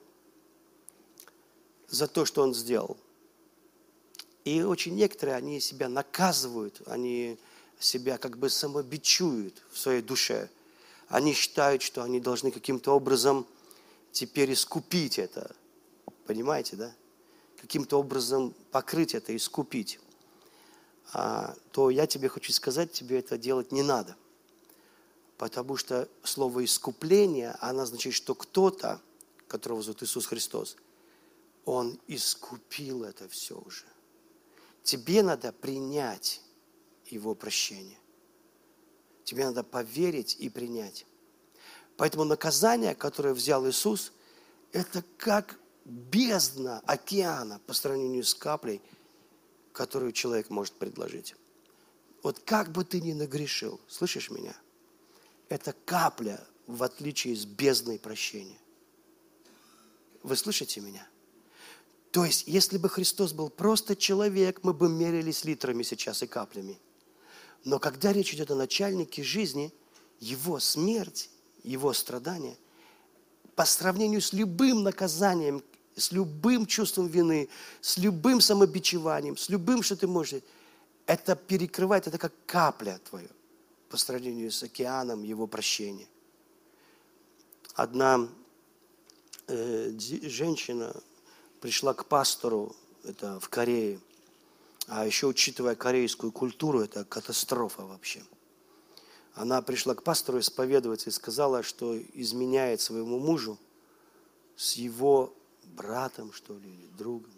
за то, что он сделал, и очень некоторые, они себя наказывают, они себя как бы самобичуют в своей душе. Они считают, что они должны каким-то образом теперь искупить это. Понимаете, да? Каким-то образом покрыть это, искупить. То я тебе хочу сказать, тебе это делать не надо. Потому что слово «искупление», оно означает, что кто-то, которого зовут Иисус Христос, Он искупил это все уже. Тебе надо принять Его прощение. Тебе надо поверить и принять. Поэтому наказание, которое взял Иисус, это как бездна океана по сравнению с каплей, которую человек может предложить. Вот как бы ты ни нагрешил, слышишь меня? Это капля, в отличие с бездной прощения. Вы слышите меня? То есть, если бы Христос был просто человек, мы бы мерились литрами сейчас и каплями. Но когда речь идет о начальнике жизни, его смерть, его страдания, по сравнению с любым наказанием, с любым чувством вины, с любым самобичеванием, с любым, что ты можешь, это перекрывает, это как капля твоя по сравнению с океаном его прощения. Одна женщина пришла к пастору, это в Корее, а еще учитывая корейскую культуру, это катастрофа вообще. Она пришла к пастору исповедоваться и сказала, что изменяет своему мужу с его братом, что ли, или другом.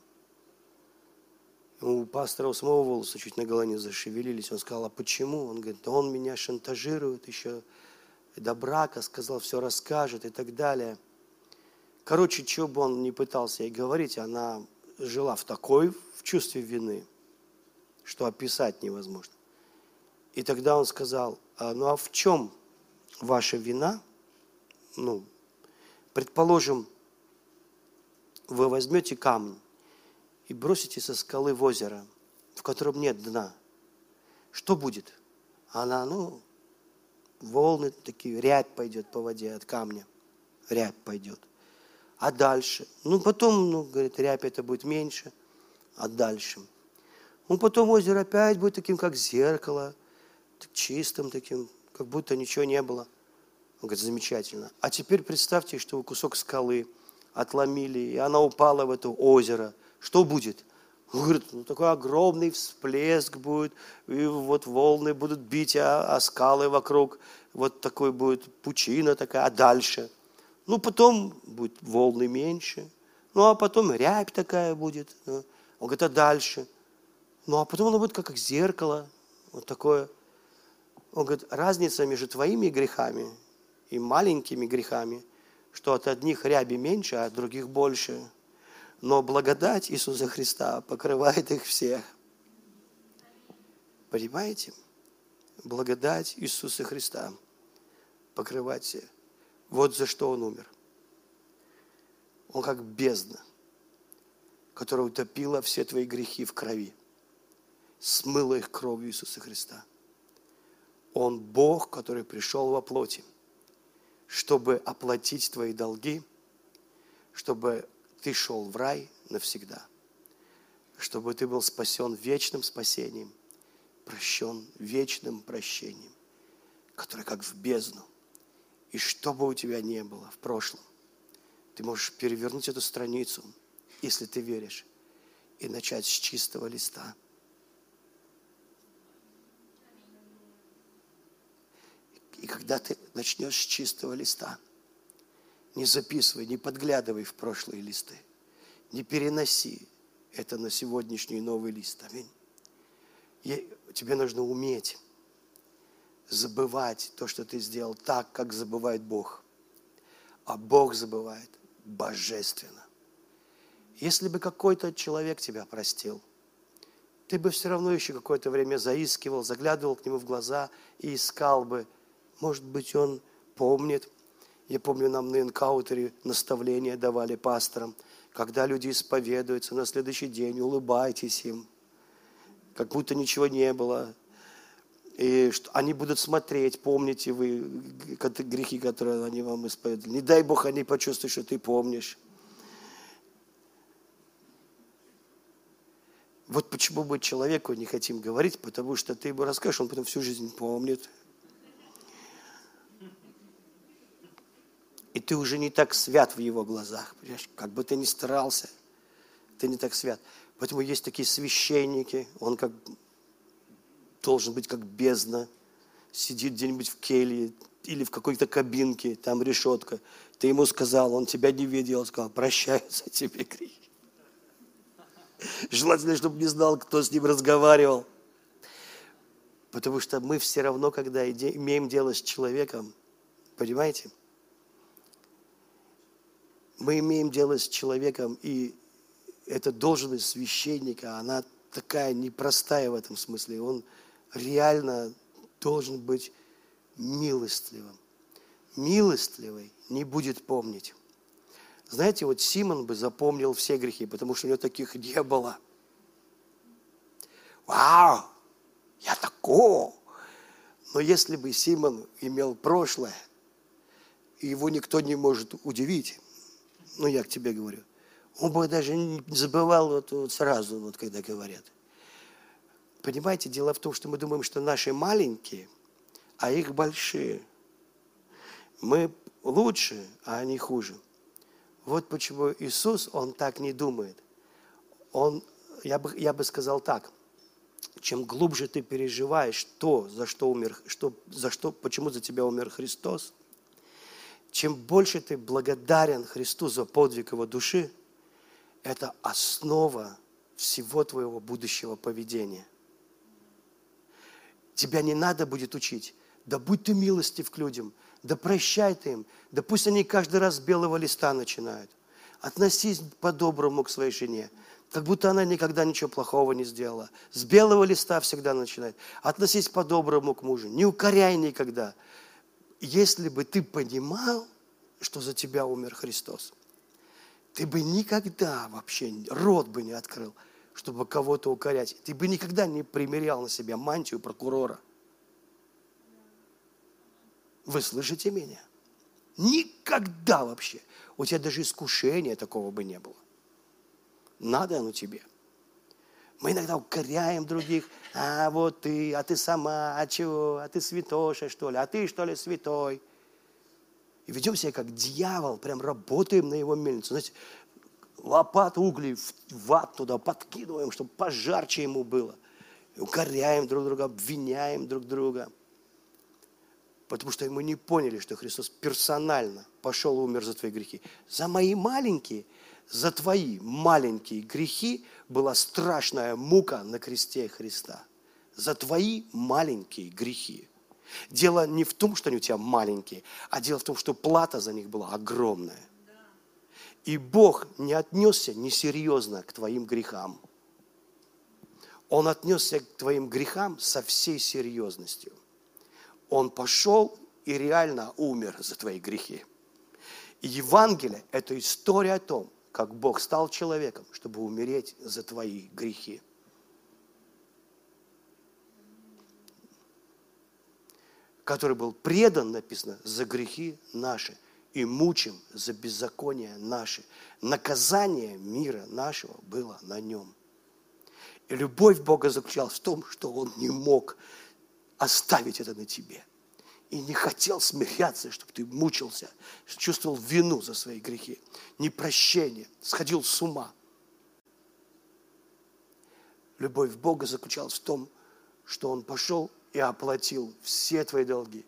У пастора у самого волосы чуть на голове зашевелились. Он сказал, а почему? Он говорит, да он меня шантажирует еще до брака, сказал, все расскажет и так далее. Короче, что бы он ни пытался ей говорить, она жила в чувстве вины, что описать невозможно. И тогда он сказал, ну а в чем ваша вина? Ну, предположим, вы возьмете камень и бросите со скалы в озеро, в котором нет дна. Что будет? Она, волны такие, рябь пойдет по воде от камня. Рябь пойдет. А дальше? Потом, говорит, рябь это будет меньше. А дальше? Потом озеро опять будет таким, как зеркало, чистым таким, как будто ничего не было. Он говорит, замечательно. А теперь представьте, что вы кусок скалы отломили, и она упала в это озеро. Что будет? Он говорит, такой огромный всплеск будет, и вот волны будут бить о скалы вокруг, вот такой будет пучина такая, а дальше? Потом будет волны меньше, а потом рябь такая будет. Он говорит, а дальше? А потом оно будет как зеркало, вот такое. Он говорит, разница между твоими грехами и маленькими грехами, что от одних ряби меньше, а от других больше. Но благодать Иисуса Христа покрывает их всех. Понимаете? Благодать Иисуса Христа покрывает всех. Вот за что Он умер. Он как бездна, которая утопила все твои грехи в крови, смыла их кровью Иисуса Христа. Он Бог, который пришел во плоти, чтобы оплатить твои долги, чтобы ты шел в рай навсегда, чтобы ты был спасен вечным спасением, прощен вечным прощением, которое как в бездну. И что бы у тебя ни было в прошлом, ты можешь перевернуть эту страницу, если ты веришь, и начать с чистого листа. И когда ты начнешь с чистого листа, не записывай, не подглядывай в прошлые листы, не переноси это на сегодняшний новый лист. Аминь. Тебе нужно уметь забывать то, что ты сделал, так, как забывает Бог. А Бог забывает божественно. Если бы какой-то человек тебя простил, ты бы все равно еще какое-то время заискивал, заглядывал к нему в глаза и искал бы. Может быть, он помнит. Я помню, нам на энкаутере наставления давали пасторам. Когда люди исповедуются, на следующий день улыбайтесь им, как будто ничего не было. И что они будут смотреть, помните вы грехи, которые они вам исповедовали. Не дай Бог, они почувствуют, что ты помнишь. Вот почему мы человеку не хотим говорить, потому что ты ему расскажешь, он потом всю жизнь помнит. И ты уже не так свят в его глазах. Понимаешь? Как бы ты ни старался, ты не так свят. Поэтому есть такие священники, он как должен быть как бездна, сидит где-нибудь в келье или в какой-то кабинке, там решетка. Ты ему сказал, он тебя не видел, он сказал, прощаю за тебе грехи. Желательно, чтобы не знал, кто с ним разговаривал. Потому что мы все равно, когда имеем дело с человеком, понимаете? Мы имеем дело с человеком, и эта должность священника, она такая непростая в этом смысле. Он реально должен быть милостливым. Милостливый не будет помнить. Знаете, вот Симон бы запомнил все грехи, потому что у него таких не было. Вау, я такой. Но если бы Симон имел прошлое, и его никто не может удивить, ну я к тебе говорю, он бы даже не забывал вот сразу, вот когда говорят. Понимаете, дело в том, что мы думаем, что наши маленькие, а их большие. Мы лучше, а они хуже. Вот почему Иисус, Он так не думает. Я бы сказал так, чем глубже ты переживаешь то, за что умер, почему за тебя умер Христос, чем больше ты благодарен Христу за подвиг Его души, это основа всего твоего будущего поведения. Тебя не надо будет учить. Да будь ты милостив к людям, да прощай ты им, да пусть они каждый раз с белого листа начинают. Относись по-доброму к своей жене, как будто она никогда ничего плохого не сделала. С белого листа всегда начинает. Относись по-доброму к мужу, не укоряй никогда. Если бы ты понимал, что за тебя умер Христос, ты бы никогда вообще рот бы не открыл, чтобы кого-то укорять. Ты бы никогда не примерял на себя мантию прокурора. Вы слышите меня? Никогда вообще. У тебя даже искушения такого бы не было. Надо оно тебе. Мы иногда укоряем других. А вот ты, а ты сама, а чего? А ты святоша, что ли? А ты, что ли, святой? И ведем себя как дьявол, прям работаем на его мельницу. Знаете, лопату углей в ад туда подкидываем, чтобы пожарче ему было. И укоряем друг друга, обвиняем друг друга. Потому что мы не поняли, что Христос персонально пошел и умер за твои грехи. За мои маленькие, за твои маленькие грехи была страшная мука на кресте Христа. За твои маленькие грехи. Дело не в том, что они у тебя маленькие, а дело в том, что плата за них была огромная. И Бог не отнесся несерьезно к твоим грехам. Он отнесся к твоим грехам со всей серьезностью. Он пошел и реально умер за твои грехи. И Евангелие – это история о том, как Бог стал человеком, чтобы умереть за твои грехи. Который был предан, написано, за грехи наши и мучим за беззаконие наши. Наказание мира нашего было на нем. И любовь Бога заключалась в том, что Он не мог оставить это на тебе. И не хотел смиряться, чтобы ты мучился, чувствовал вину за свои грехи, непрощение, сходил с ума. Любовь Бога заключалась в том, что Он пошел и оплатил все твои долги.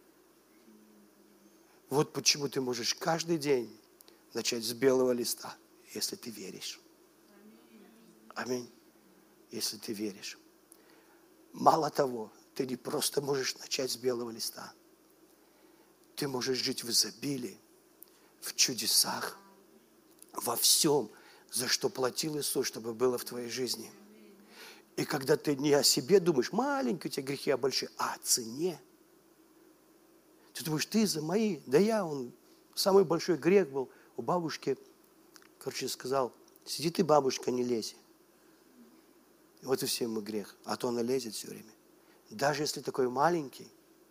Вот почему ты можешь каждый день начать с белого листа, если ты веришь. Аминь. Если ты веришь. Мало того, Ты не просто можешь начать с белого листа. Ты можешь жить в изобилии, в чудесах, во всем, за что платил Иисус, чтобы было в твоей жизни. И когда ты не о себе думаешь, маленькие у тебя грехи, а большие, а о цене. Ты думаешь, ты за мои, самый большой грех был у бабушки, сказал, сиди ты, бабушка, не лезь. Вот и всем мой грех, а то она лезет все время. Даже если такой маленький,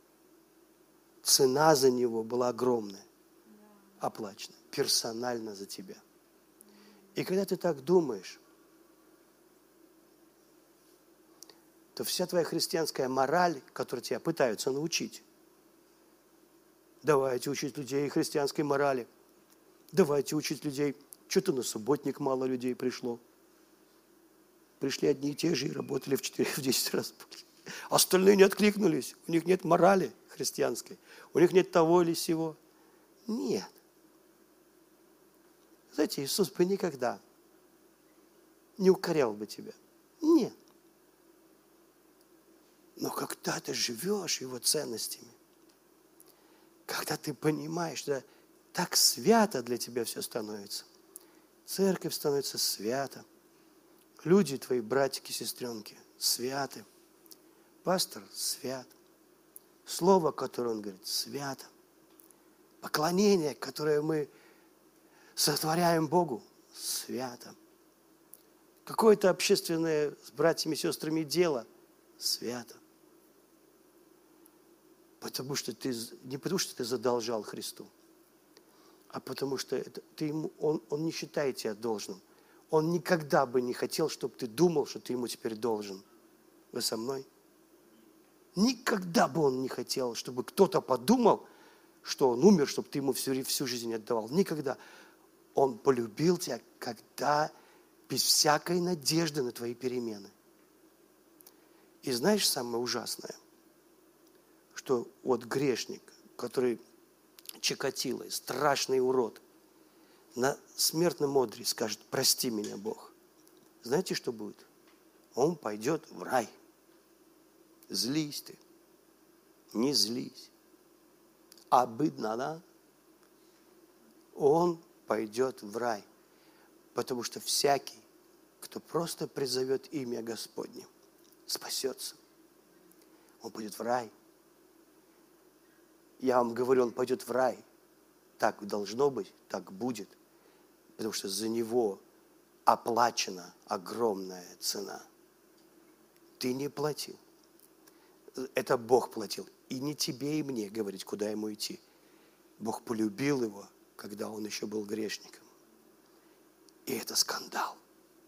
цена за него была огромная, оплачена, персонально за тебя. И когда ты так думаешь, то вся твоя христианская мораль, которую тебя пытаются научить, давайте учить людей христианской морали, давайте учить людей, что-то на субботник мало людей пришло. Пришли одни и те же и работали в 4-10 раз больше. Остальные не откликнулись. У них нет морали христианской. У них нет того или сего. Нет. Знаете, Иисус бы никогда не укорял бы тебя. Нет. Но когда ты живешь Его ценностями, когда ты понимаешь, что так свято для тебя все становится, церковь становится свята, люди твои, братики, сестренки, святы, пастор свят, слово, которое он говорит, свято, поклонение, которое мы сотворяем Богу, свято, какое-то общественное с братьями и сестрами дело, свято. Не потому что ты задолжал Христу, а потому что Он не считает тебя должным. Он никогда бы не хотел, чтобы ты думал, что ты Ему теперь должен. Вы со мной? Никогда бы Он не хотел, чтобы кто-то подумал, что Он умер, чтобы ты Ему всю жизнь отдавал. Никогда. Он полюбил тебя, когда без всякой надежды на твои перемены. И знаешь самое ужасное? Что вот грешник, который Чикатило, страшный урод, на смертном одре скажет, прости меня, Бог. Знаете, что будет? Он пойдет в рай. Злись ты. Не злись. Обидно, да? Он пойдет в рай. Потому что всякий, кто просто призовет имя Господне, спасется. Он пойдет в рай. Я вам говорю, он пойдет в рай. Так должно быть, так будет. Потому что за него оплачена огромная цена. Ты не платил. Это Бог платил. И не тебе и мне говорить, куда ему идти. Бог полюбил его, когда он еще был грешником. И это скандал.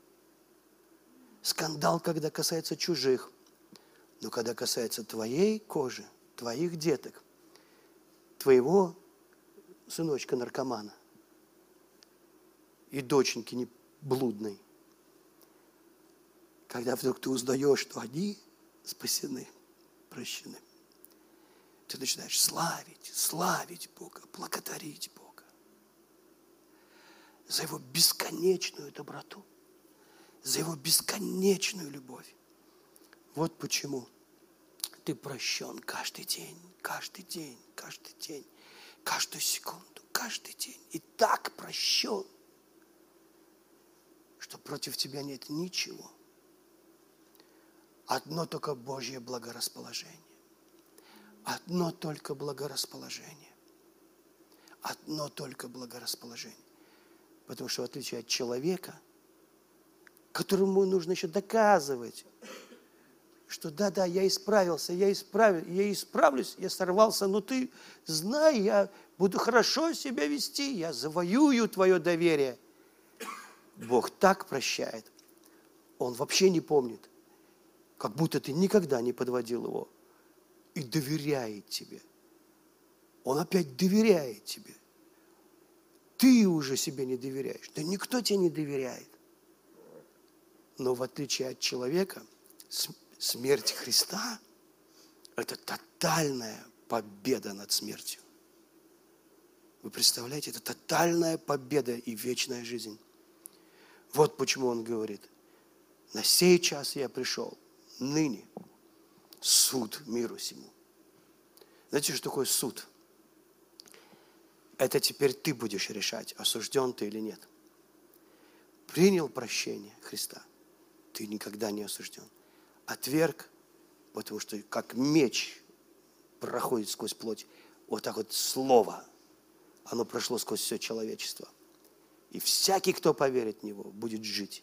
Скандал, когда касается чужих. Но когда касается твоей кожи, твоих деток, твоего сыночка-наркомана и доченьки не блудной, когда вдруг ты узнаешь, что они спасены, прощены, ты начинаешь славить Бога, благодарить Бога за Его бесконечную доброту, за Его бесконечную любовь. Вот почему ты прощен каждый день, каждую секунду, каждый день. И так прощен, что против тебя нет ничего. Одно только Божье благорасположение. Одно только благорасположение. Одно только благорасположение. Потому что в отличие от человека, которому нужно еще доказывать, что да, я исправился, я исправлюсь, я сорвался, но ты знай, я буду хорошо себя вести, я завоюю твое доверие. Бог так прощает, Он вообще не помнит, как будто ты никогда не подводил Его, и доверяет тебе. Он опять доверяет тебе. Ты уже себе не доверяешь, да никто тебе не доверяет. Но в отличие от человека, смерть Христа – это тотальная победа над смертью. Вы представляете, это тотальная победа и вечная жизнь. Вот почему Он говорит, на сей час я пришел, ныне, суд миру сему. Знаете, что такое суд? Это теперь ты будешь решать, осужден ты или нет. Принял прощение Христа, ты никогда не осужден. Отверг, потому что как меч проходит сквозь плоть, вот так вот слово, оно прошло сквозь все человечество. И всякий, кто поверит в него, будет жить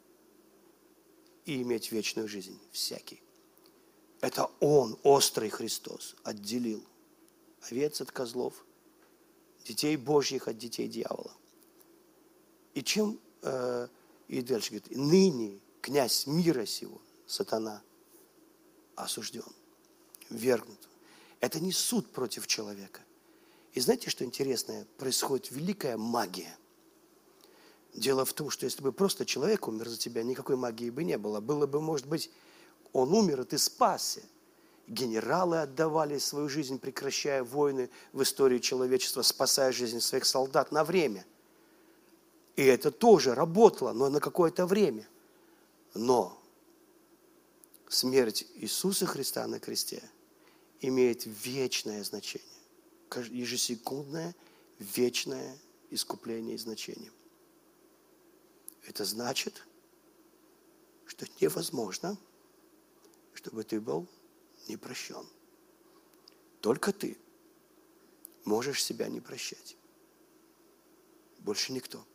и иметь вечную жизнь. Всякий. Это Он, острый Христос, отделил овец от козлов, детей Божьих от детей дьявола. И чем, и дальше говорит, ныне князь мира сего, сатана, осужден, ввергнут. Это не суд против человека. И знаете, что интересное? Происходит великая магия. Дело в том, что если бы просто человек умер за тебя, никакой магии бы не было. Было бы, может быть, он умер, и ты спасся. Генералы отдавали свою жизнь, прекращая войны в истории человечества, спасая жизнь своих солдат на время. И это тоже работало, но на какое-то время. Но смерть Иисуса Христа на кресте имеет вечное значение. Ежесекундное, вечное искупление и значение. Это значит, что невозможно, чтобы ты был не прощен. Только ты можешь себя не прощать. Больше никто.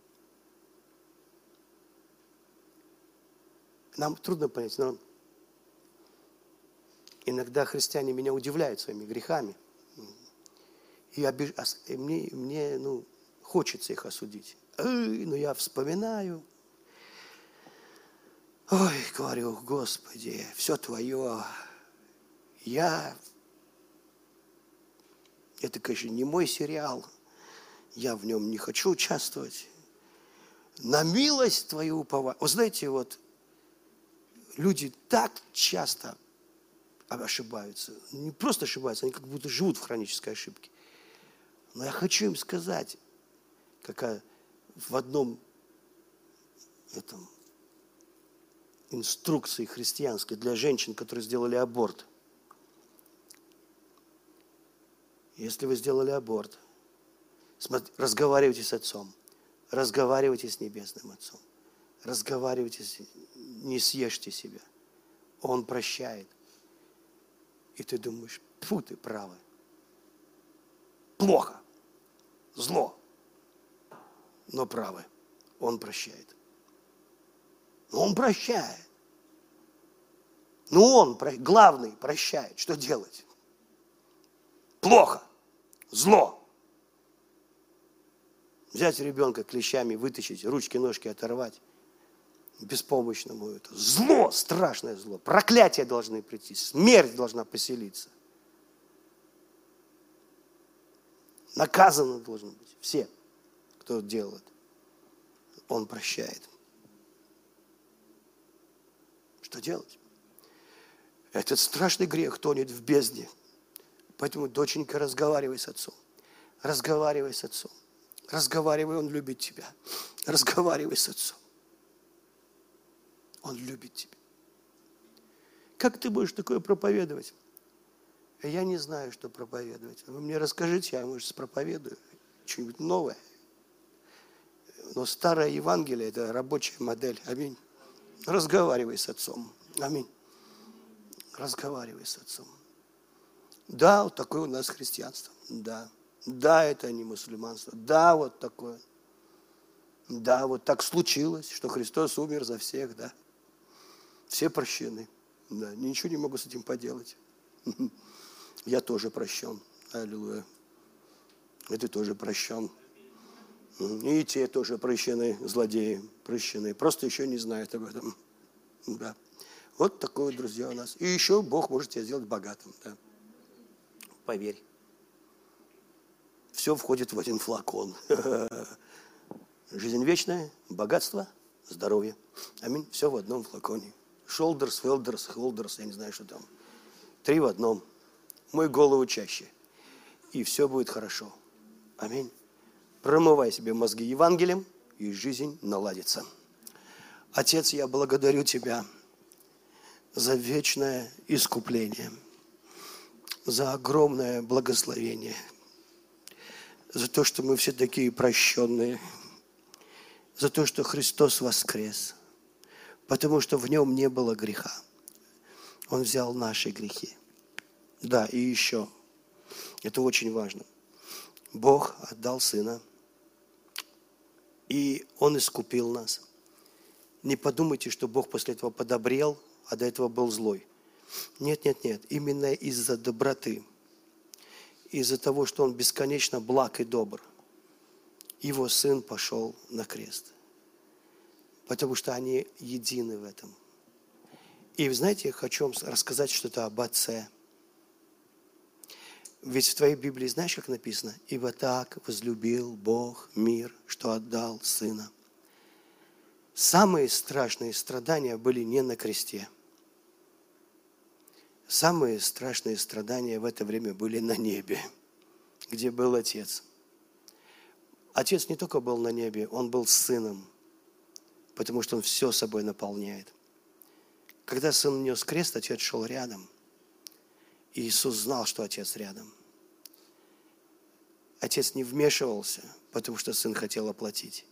Нам трудно понять, но иногда христиане меня удивляют своими грехами. И мне хочется их осудить. Но я вспоминаю. Ой, говорю, Господи, все Твое. Это, конечно, не мой сериал. Я в нем не хочу участвовать. На милость Твою уповаю. Вы знаете, вот люди так часто ошибаются. Не просто ошибаются, они как будто живут в хронической ошибке. Но я хочу им сказать, какая в одном инструкции христианской для женщин, которые сделали аборт. Если вы сделали аборт, разговаривайте с Отцом, разговаривайте с Небесным Отцом, разговаривайте, не съешьте себя. Он прощает. И ты думаешь, фу, ты правы. Плохо, зло, но правы. Он прощает. Он прощает. Он, главный, прощает. Что делать? Плохо, зло. Взять ребенка клещами, вытащить, ручки, ножки оторвать. Беспомощному это. Зло, страшное зло. Проклятия должны прийти. Смерть должна поселиться. Наказаны должны быть все, кто делает. Он прощает. Что делать? Этот страшный грех тонет в бездне. Поэтому, доченька, разговаривай с Отцом. Разговаривай с Отцом. Разговаривай, Он любит тебя. Разговаривай с Отцом. Он любит тебя. Как ты будешь такое проповедовать? Я не знаю, что проповедовать. Вы мне расскажите, я, может, проповедую что-нибудь новое. Но старое Евангелие – это рабочая модель. Аминь. Разговаривай с Отцом. Аминь. Разговаривай с Отцом. Да, вот такое у нас христианство. Да. Да, это не мусульманство. Да, вот такое. Да, вот так случилось, что Христос умер за всех, да. Все прощены. Да, ничего не могу с этим поделать. Я тоже прощен. Аллилуйя. И ты тоже прощен. И те тоже прощены, злодеи прощены. Просто еще не знают об этом. Да. Вот такое вот, друзья, у нас. И еще Бог может тебя сделать богатым. Да. Поверь. Все входит в один флакон. Жизнь вечная, богатство, здоровье. Аминь. Все в одном флаконе. Шолдерс, велдерс, холдерс, я не знаю, что там. 3 в одном. Мой голову чаще. И все будет хорошо. Аминь. Промывай себе мозги Евангелием, и жизнь наладится. Отец, я благодарю Тебя за вечное искупление, за огромное благословение, за то, что мы все такие прощенные, за то, что Христос воскрес, потому что в Нем не было греха. Он взял наши грехи. Да, и еще, это очень важно. Бог отдал Сына, и Он искупил нас. Не подумайте, что Бог после этого подобрел, а до этого был злой. Нет, нет, нет. Именно из-за доброты, из-за того, что Он бесконечно благ и добр, Его Сын пошел на крест. Потому что они едины в этом. И вы знаете, я хочу вам рассказать что-то об Отце. Ведь в твоей Библии знаешь, как написано? «Ибо так возлюбил Бог мир, что отдал Сына». Самые страшные страдания были не на кресте. Самые страшные страдания в это время были на небе, где был Отец. Отец не только был на небе, Он был Сыном, потому что Он все собой наполняет. Когда Сын нес крест, Отец шел рядом. И Иисус знал, что Отец рядом. Отец не вмешивался, потому что Сын хотел оплатить.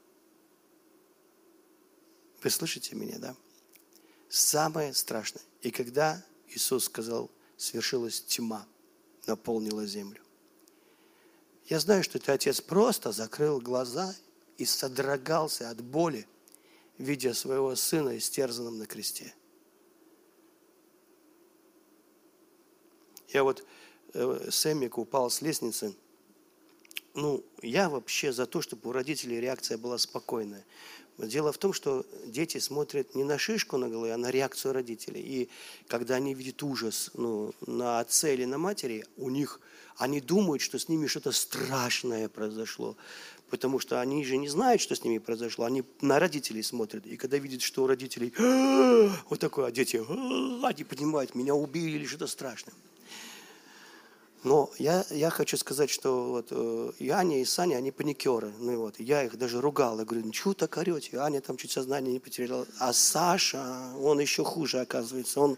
Вы слышите меня, да? Самое страшное. И когда Иисус сказал, свершилась тьма, наполнила землю. Я знаю, что этот Отец просто закрыл глаза и содрогался от боли, видя своего Сына истерзанным на кресте. Я вот Сэмик упал с лестницы. Я вообще за то, чтобы у родителей реакция была спокойная. Дело в том, что дети смотрят не на шишку на голове, а на реакцию родителей. И когда они видят ужас на отце или на матери, они думают, что с ними что-то страшное произошло. Потому что они же не знают, что с ними произошло. Они на родителей смотрят. И когда видят, что у родителей вот такое, а дети, они понимают, меня убили или что-то страшное. Но я хочу сказать, что вот и Аня, и Саня, они паникеры. Я их даже ругал. Я говорю, чего так орете? Аня там чуть сознание не потеряла. А Саша, он еще хуже, оказывается. Он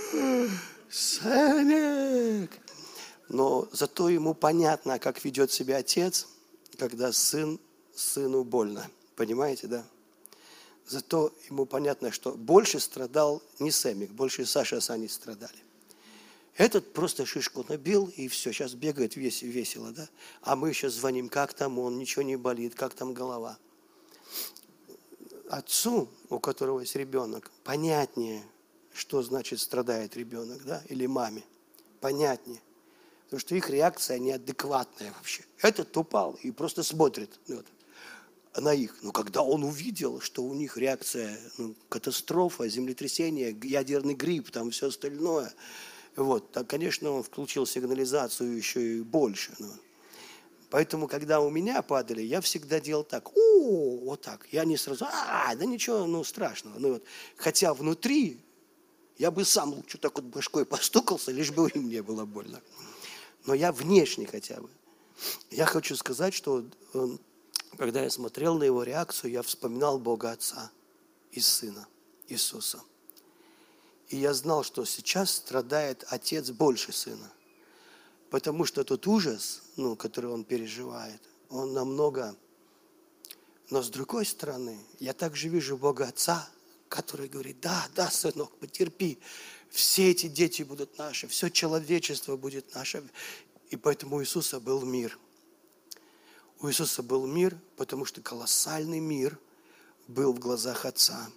Сэмик. Но зато ему понятно, как ведет себя отец, когда сыну больно. Понимаете, да? Зато ему понятно, что больше страдал не Сэмик, больше Саша с Аней страдали. Этот просто шишку набил, и все, сейчас бегает весело, да? А мы еще звоним, как там он, ничего не болит, как там голова. Отцу, у которого есть ребенок, понятнее, что значит страдает ребенок, да? Или маме. Понятнее. Потому что их реакция неадекватная вообще. Этот упал и просто смотрит на их. Но когда он увидел, что у них реакция, катастрофа, землетрясение, ядерный грипп, там все остальное, так, конечно, он включил сигнализацию еще и больше. Поэтому, когда у меня падали, я всегда делал так. Вот так. Я не сразу, да ничего, страшного. Хотя внутри я бы сам лучше так вот башкой постукался, лишь бы им не было больно. Но я внешне хотя бы. Я хочу сказать, что когда я смотрел на его реакцию, я вспоминал Бога Отца и Сына Иисуса. И я знал, что сейчас страдает Отец больше Сына. Потому что тот ужас, который он переживает, он намного... Но с другой стороны, я также вижу Бога Отца, который говорит, да, сынок, потерпи. Все эти дети будут наши, все человечество будет наше. И поэтому у Иисуса был мир. У Иисуса был мир, потому что колоссальный мир был в глазах Отца.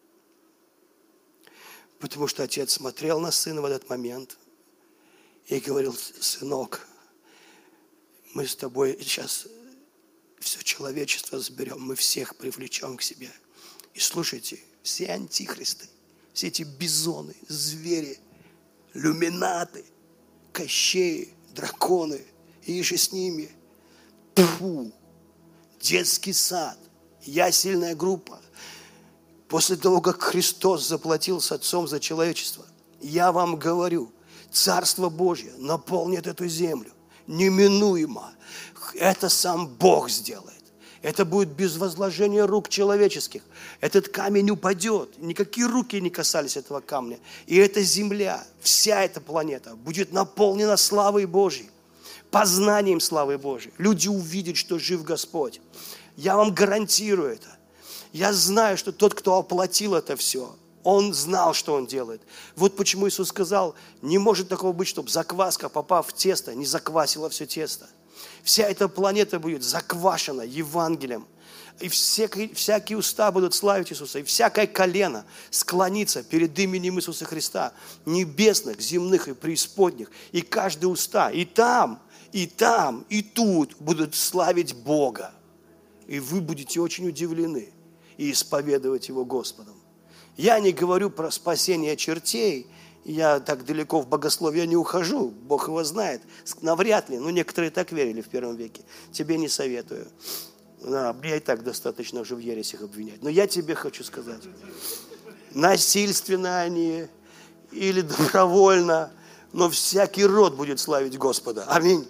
Потому что Отец смотрел на Сына в этот момент и говорил, сынок, мы с тобой сейчас все человечество заберем, мы всех привлечем к себе. И слушайте, все антихристы, все эти бизоны, звери, люминаты, кощеи, драконы, и же с ними, детский сад, ясельная группа. После того, как Христос заплатил с Отцом за человечество, я вам говорю, Царство Божье наполнит эту землю неминуемо. Это сам Бог сделает. Это будет без возложения рук человеческих. Этот камень упадет. Никакие руки не касались этого камня. И эта земля, вся эта планета будет наполнена славой Божьей, познанием славы Божьей. Люди увидят, что жив Господь. Я вам гарантирую это. Я знаю, что тот, кто оплатил это все, он знал, что он делает. Вот почему Иисус сказал, не может такого быть, чтобы закваска, попав в тесто, не заквасила все тесто. Вся эта планета будет заквашена Евангелием. И всякие уста будут славить Иисуса. И всякое колено склонится перед именем Иисуса Христа. Небесных, земных и преисподних. И каждый уста. И там, и тут будут славить Бога. И вы будете очень удивлены. И исповедовать Его Господом. Я не говорю про спасение чертей. Я так далеко в богословие не ухожу, Бог его знает. Навряд ли, но некоторые так верили в первом веке. Тебе не советую. Мне и так достаточно уже в ересях обвинять. Но я тебе хочу сказать, насильственно они или добровольно, но всякий род будет славить Господа. Аминь.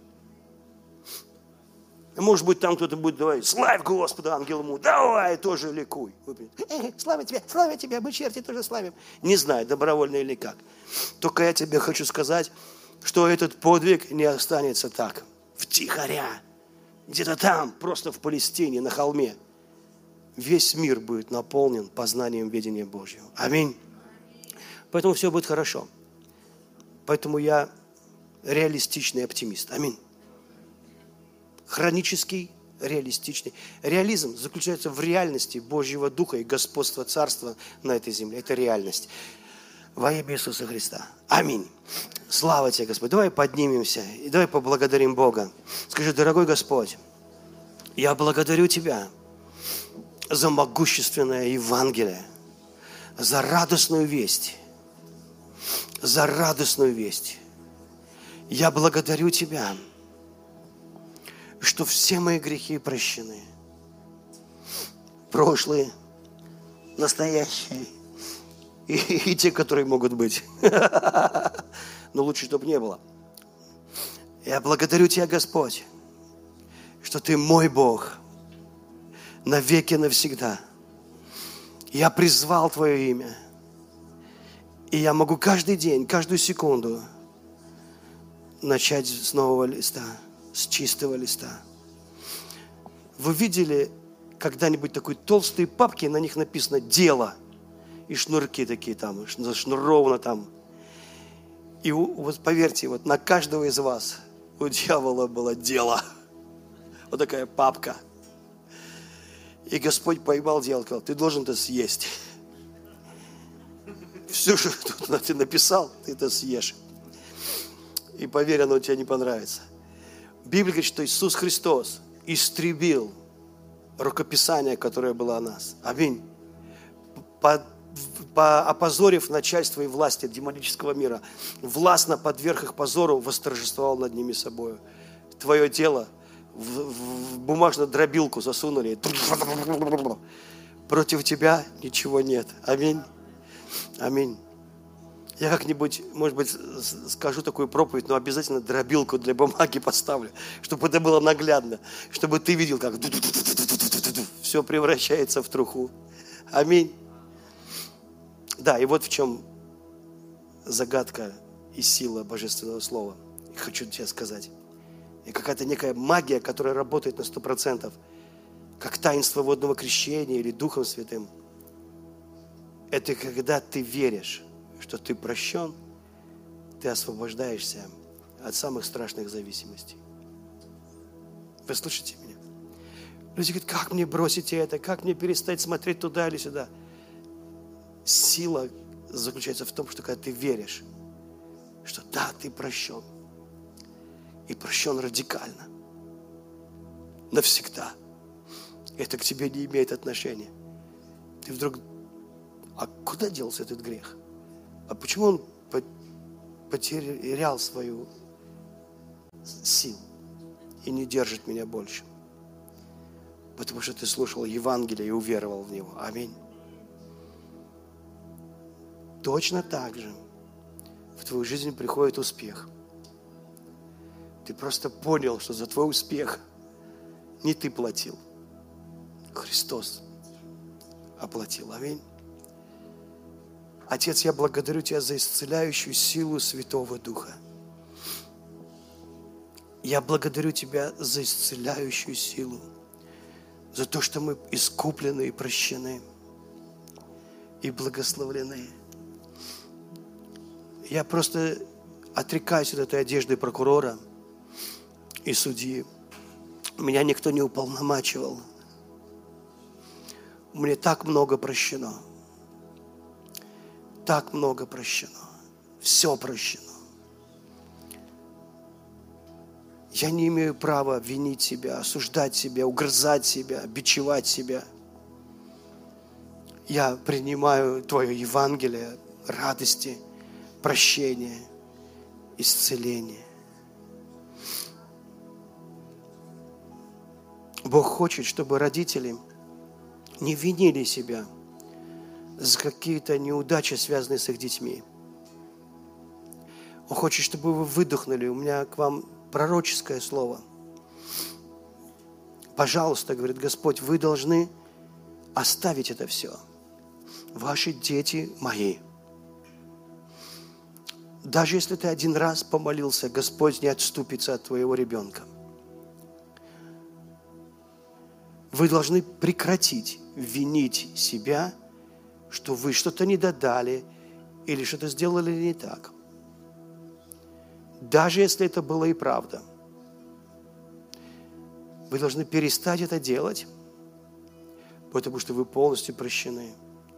Может быть, там кто-то будет давай, славь Господа, ангел ему, давай, тоже ликуй. Слава тебе, мы черти тоже славим. Не знаю, добровольно или как. Только я тебе хочу сказать, что этот подвиг не останется так, втихаря, где-то там, просто в Палестине, на холме. Весь мир будет наполнен познанием ведения Божьего. Аминь. Поэтому все будет хорошо. Поэтому я реалистичный оптимист. Аминь. Хронический, реалистичный. Реализм заключается в реальности Божьего Духа и господства Царства на этой земле. Это реальность. Во имя Иисуса Христа. Аминь. Слава тебе, Господь. Давай поднимемся и давай поблагодарим Бога. Скажи, дорогой Господь, я благодарю Тебя за могущественное Евангелие, за радостную весть. За радостную весть. Я благодарю Тебя, что все мои грехи прощены. Прошлые, настоящие и те, которые могут быть. Но лучше, чтобы не было. Я благодарю Тебя, Господь, что Ты мой Бог навеки навсегда. Я призвал Твое имя. И я могу каждый день, каждую секунду начать с нового листа. С чистого листа. Вы видели когда-нибудь такие толстые папки, на них написано «Дело». И шнурки такие там, зашнуровано там. И вот поверьте, вот на каждого из вас у дьявола было дело. Вот такая папка. И Господь поймал дьявола и сказал, ты должен это съесть. Все, что тут ты написал, ты это съешь. И поверь, оно тебе не понравится. Библия говорит, что Иисус Христос истребил рукописание, которое было о нас. Аминь. Опозорив начальство и власти демонического мира, властно подверг их позору, восторжествовал над ними собою. Твое тело в бумажную дробилку засунули. Против тебя ничего нет. Аминь. Аминь. Я как-нибудь, может быть, скажу такую проповедь, но обязательно дробилку для бумаги поставлю, чтобы это было наглядно, чтобы ты видел, как все превращается в труху. Аминь. Да, и вот в чем загадка и сила Божественного Слова. И хочу тебе сказать. И какая-то некая магия, которая работает на 100%, как таинство водного крещения или Духом Святым. Это когда ты веришь, что ты прощен, ты освобождаешься от самых страшных зависимостей. Вы слышите меня? Люди говорят, как мне бросить это, как мне перестать смотреть туда или сюда? Сила заключается в том, что когда ты веришь, что да, ты прощен. И прощен радикально. Навсегда. Это к тебе не имеет отношения. Ты вдруг, а куда делся этот грех? А почему он потерял свою силу и не держит меня больше? Потому что ты слушал Евангелие и уверовал в него. Аминь. Точно так же в твою жизнь приходит успех. Ты просто понял, что за твой успех не ты платил, Христос оплатил. Аминь. Отец, я благодарю Тебя за исцеляющую силу Святого Духа. Я благодарю Тебя за исцеляющую силу, за то, что мы искуплены и прощены, и благословлены. Я просто отрекаюсь от этой одежды прокурора и судьи. Меня никто не уполномачивал. Мне так много прощено. Так много прощено. Все прощено. Я не имею права винить себя, осуждать себя, угрызать себя, бичевать себя. Я принимаю Твое Евангелие радости, прощения, исцеления. Бог хочет, чтобы родители не винили себя за какие-то неудачи, связанные с их детьми. Он хочет, чтобы вы выдохнули. У меня к вам пророческое слово. Пожалуйста, говорит Господь, вы должны оставить это все. Ваши дети мои. Даже если ты один раз помолился, Господь не отступится от твоего ребенка. Вы должны прекратить винить себя, что вы что-то не додали или что-то сделали не так. Даже если это было и правда. Вы должны перестать это делать, потому что вы полностью прощены.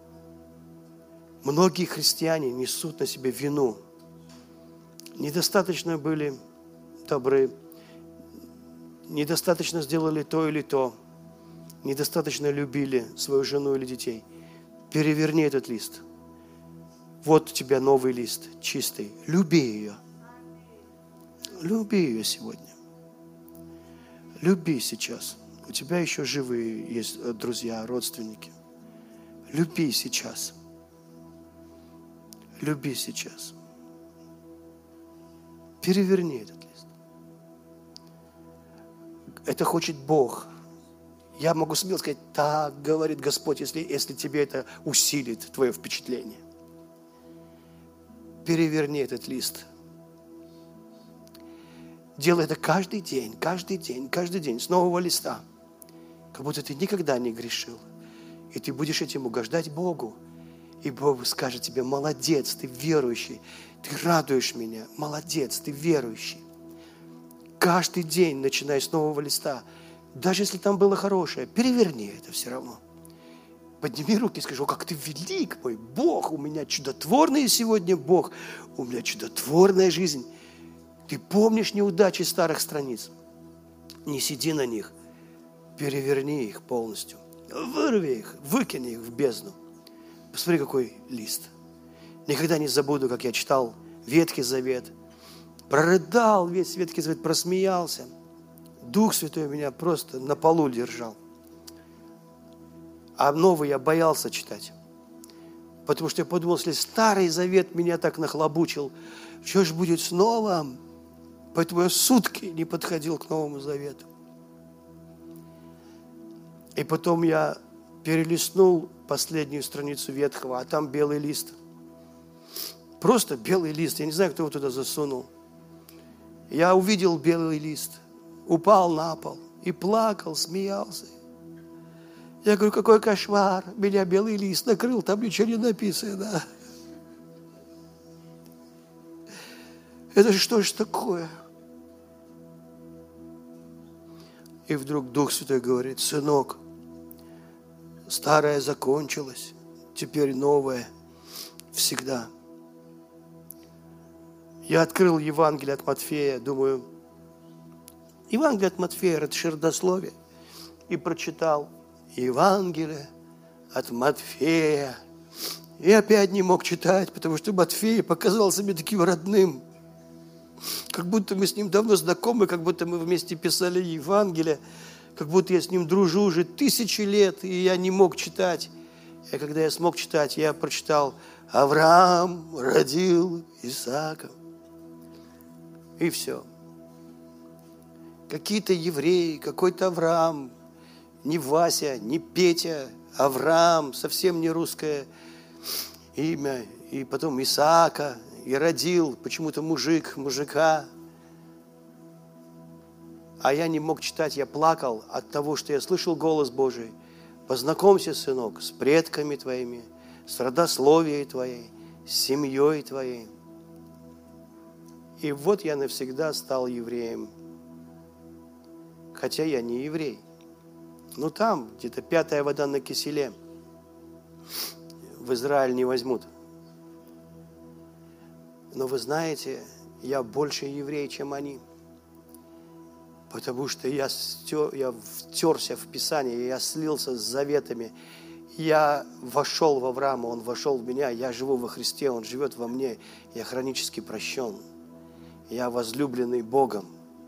Многие христиане несут на себе вину. Недостаточно были добры, недостаточно сделали то или то, недостаточно любили свою жену или детей. Переверни этот лист. Вот у тебя новый лист, чистый. Люби ее. Люби ее сегодня. Люби сейчас. У тебя еще живые есть друзья, родственники. Люби сейчас. Люби сейчас. Переверни этот лист. Это хочет Бог. Я могу смело сказать, так говорит Господь, если тебе это усилит твое впечатление. Переверни этот лист. Делай это каждый день, с нового листа. Как будто ты никогда не грешил. И ты будешь этим угождать Богу. И Бог скажет тебе, молодец, ты верующий. Ты радуешь меня. Молодец, ты верующий. Каждый день, начиная с нового листа, даже если там было хорошее, переверни это все равно. Подними руки и скажи, о, как ты велик, мой Бог, у меня чудотворный сегодня Бог, у меня чудотворная жизнь. Ты помнишь неудачи старых страниц? Не сиди на них, переверни их полностью, вырви их, выкини их в бездну. Посмотри, какой лист. Никогда не забуду, как я читал Ветхий Завет, прорыдал весь Ветхий Завет, просмеялся. Дух Святой меня просто на полу держал. А Новый я боялся читать. Потому что я подумал, если Старый Завет меня так нахлобучил, что ж будет с Новым? Поэтому я сутки не подходил к Новому Завету. И потом я перелистнул последнюю страницу Ветхого, а там белый лист. Просто белый лист. Я не знаю, кто его туда засунул. Я увидел белый лист, упал на пол и плакал, смеялся. Я говорю, какой кошмар, меня белый лист накрыл, там ничего не написано. Это же что ж такое? И вдруг Дух Святой говорит, сынок, старое закончилось, теперь новое всегда. Я открыл Евангелие от Матфея, думаю, Евангелие от Матфея, это же родословие, и прочитал Евангелие от Матфея. И опять не мог читать, потому что Матфей показался мне таким родным. Как будто мы с ним давно знакомы, как будто мы вместе писали Евангелие, как будто я с ним дружу уже 1000 лет, и я не мог читать. И когда я смог читать, я прочитал «Авраам родил Исаака». И все. Какие-то евреи, какой-то Авраам, не Вася, не Петя, Авраам, совсем не русское имя, и потом Исаака, и родил почему-то мужика. А я не мог читать, я плакал от того, что я слышал голос Божий. Познакомься, сынок, с предками твоими, с родословием твоей, с семьей твоей. И вот я навсегда стал евреем. Хотя я не еврей. Но там, где-то 5-я вода на киселе, в Израиль не возьмут. Но вы знаете, я больше еврей, чем они. Потому что я втерся в Писание, я слился с заветами. Я вошел в Авраама, он вошел в меня. Я живу во Христе, он живет во мне. Я хронически прощен. Я возлюбленный Богом.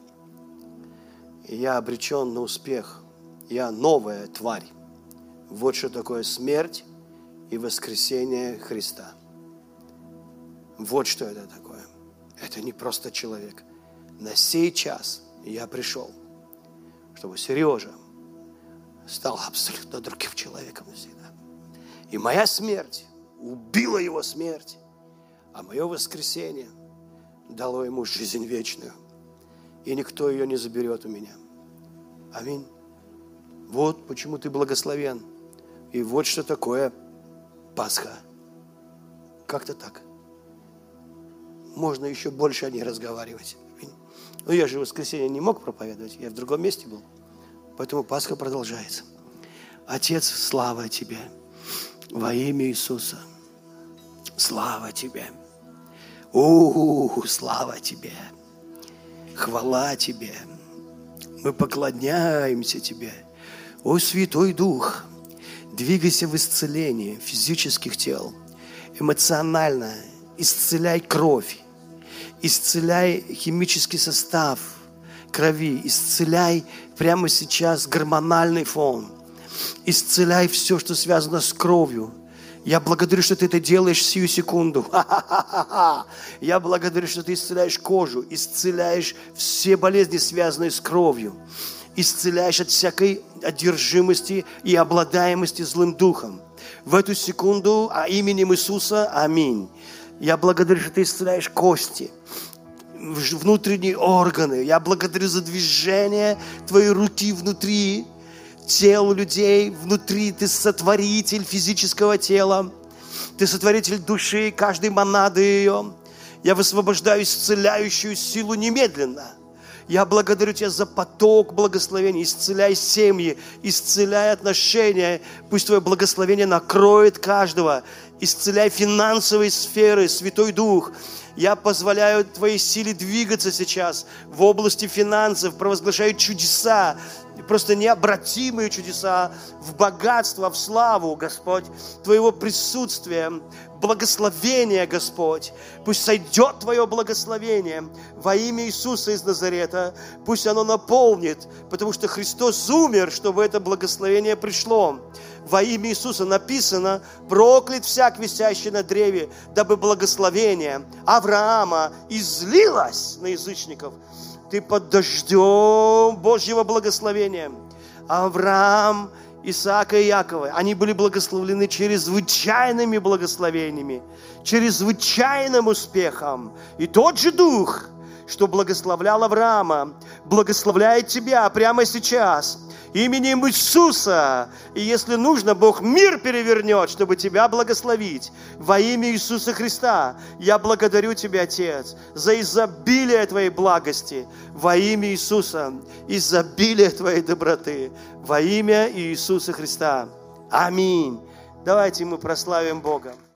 И я обречен на успех. Я новая тварь. Вот что такое смерть и воскресение Христа. Вот что это такое. Это не просто человек. На сей час я пришел, чтобы Сережа стал абсолютно другим человеком навсегда. И моя смерть убила его смерть, а мое воскресение дало ему жизнь вечную. И никто ее не заберет у меня. Аминь. Вот почему ты благословен. И вот что такое Пасха. Как-то так. Можно еще больше о ней разговаривать. Но я же в воскресенье не мог проповедовать, я в другом месте был. Поэтому Пасха продолжается. Отец, слава Тебе во имя Иисуса. Слава Тебе. Слава Тебе. Хвала Тебе. Мы поклоняемся Тебе. О, Святой Дух, двигайся в исцелении физических тел, эмоционально, исцеляй кровь, исцеляй химический состав крови, исцеляй прямо сейчас гормональный фон, исцеляй все, что связано с кровью. Я благодарю, что ты это делаешь сию секунду. Я благодарю, что ты исцеляешь кожу, исцеляешь все болезни, связанные с кровью, исцеляешь от всякой одержимости и обладаемости злым духом. В эту секунду, именем Иисуса, аминь. Я благодарю, что ты исцеляешь кости, внутренние органы. Я благодарю за движение твоей руки внутри тел людей, внутри. Ты сотворитель физического тела. Ты сотворитель души, каждой монады ее. Я высвобождаю исцеляющую силу немедленно. Я благодарю Тебя за поток благословений. Исцеляй семьи, исцеляй отношения. Пусть Твое благословение накроет каждого. Исцеляй финансовые сферы, Святой Дух. Я позволяю Твоей силе двигаться сейчас в области финансов, провозглашаю чудеса, просто необратимые чудеса в богатство, в славу, Господь, Твоего присутствия, благословения, Господь. Пусть сойдет Твое благословение во имя Иисуса из Назарета. Пусть оно наполнит, потому что Христос умер, чтобы это благословение пришло. Во имя Иисуса написано: проклят всяк висящий на древе, дабы благословение Авраама излилось на язычников. Ты под дождем Божьего благословения. Авраам, Исаака и Якова, они были благословлены чрезвычайными благословениями, чрезвычайным успехом. И тот же Дух, что благословлял Авраама, благословляет тебя прямо сейчас именем Иисуса. И если нужно, Бог мир перевернет, чтобы тебя благословить. Во имя Иисуса Христа я благодарю Тебя, Отец, за изобилие Твоей благости. Во имя Иисуса, изобилие Твоей доброты. Во имя Иисуса Христа. Аминь. Давайте мы прославим Бога.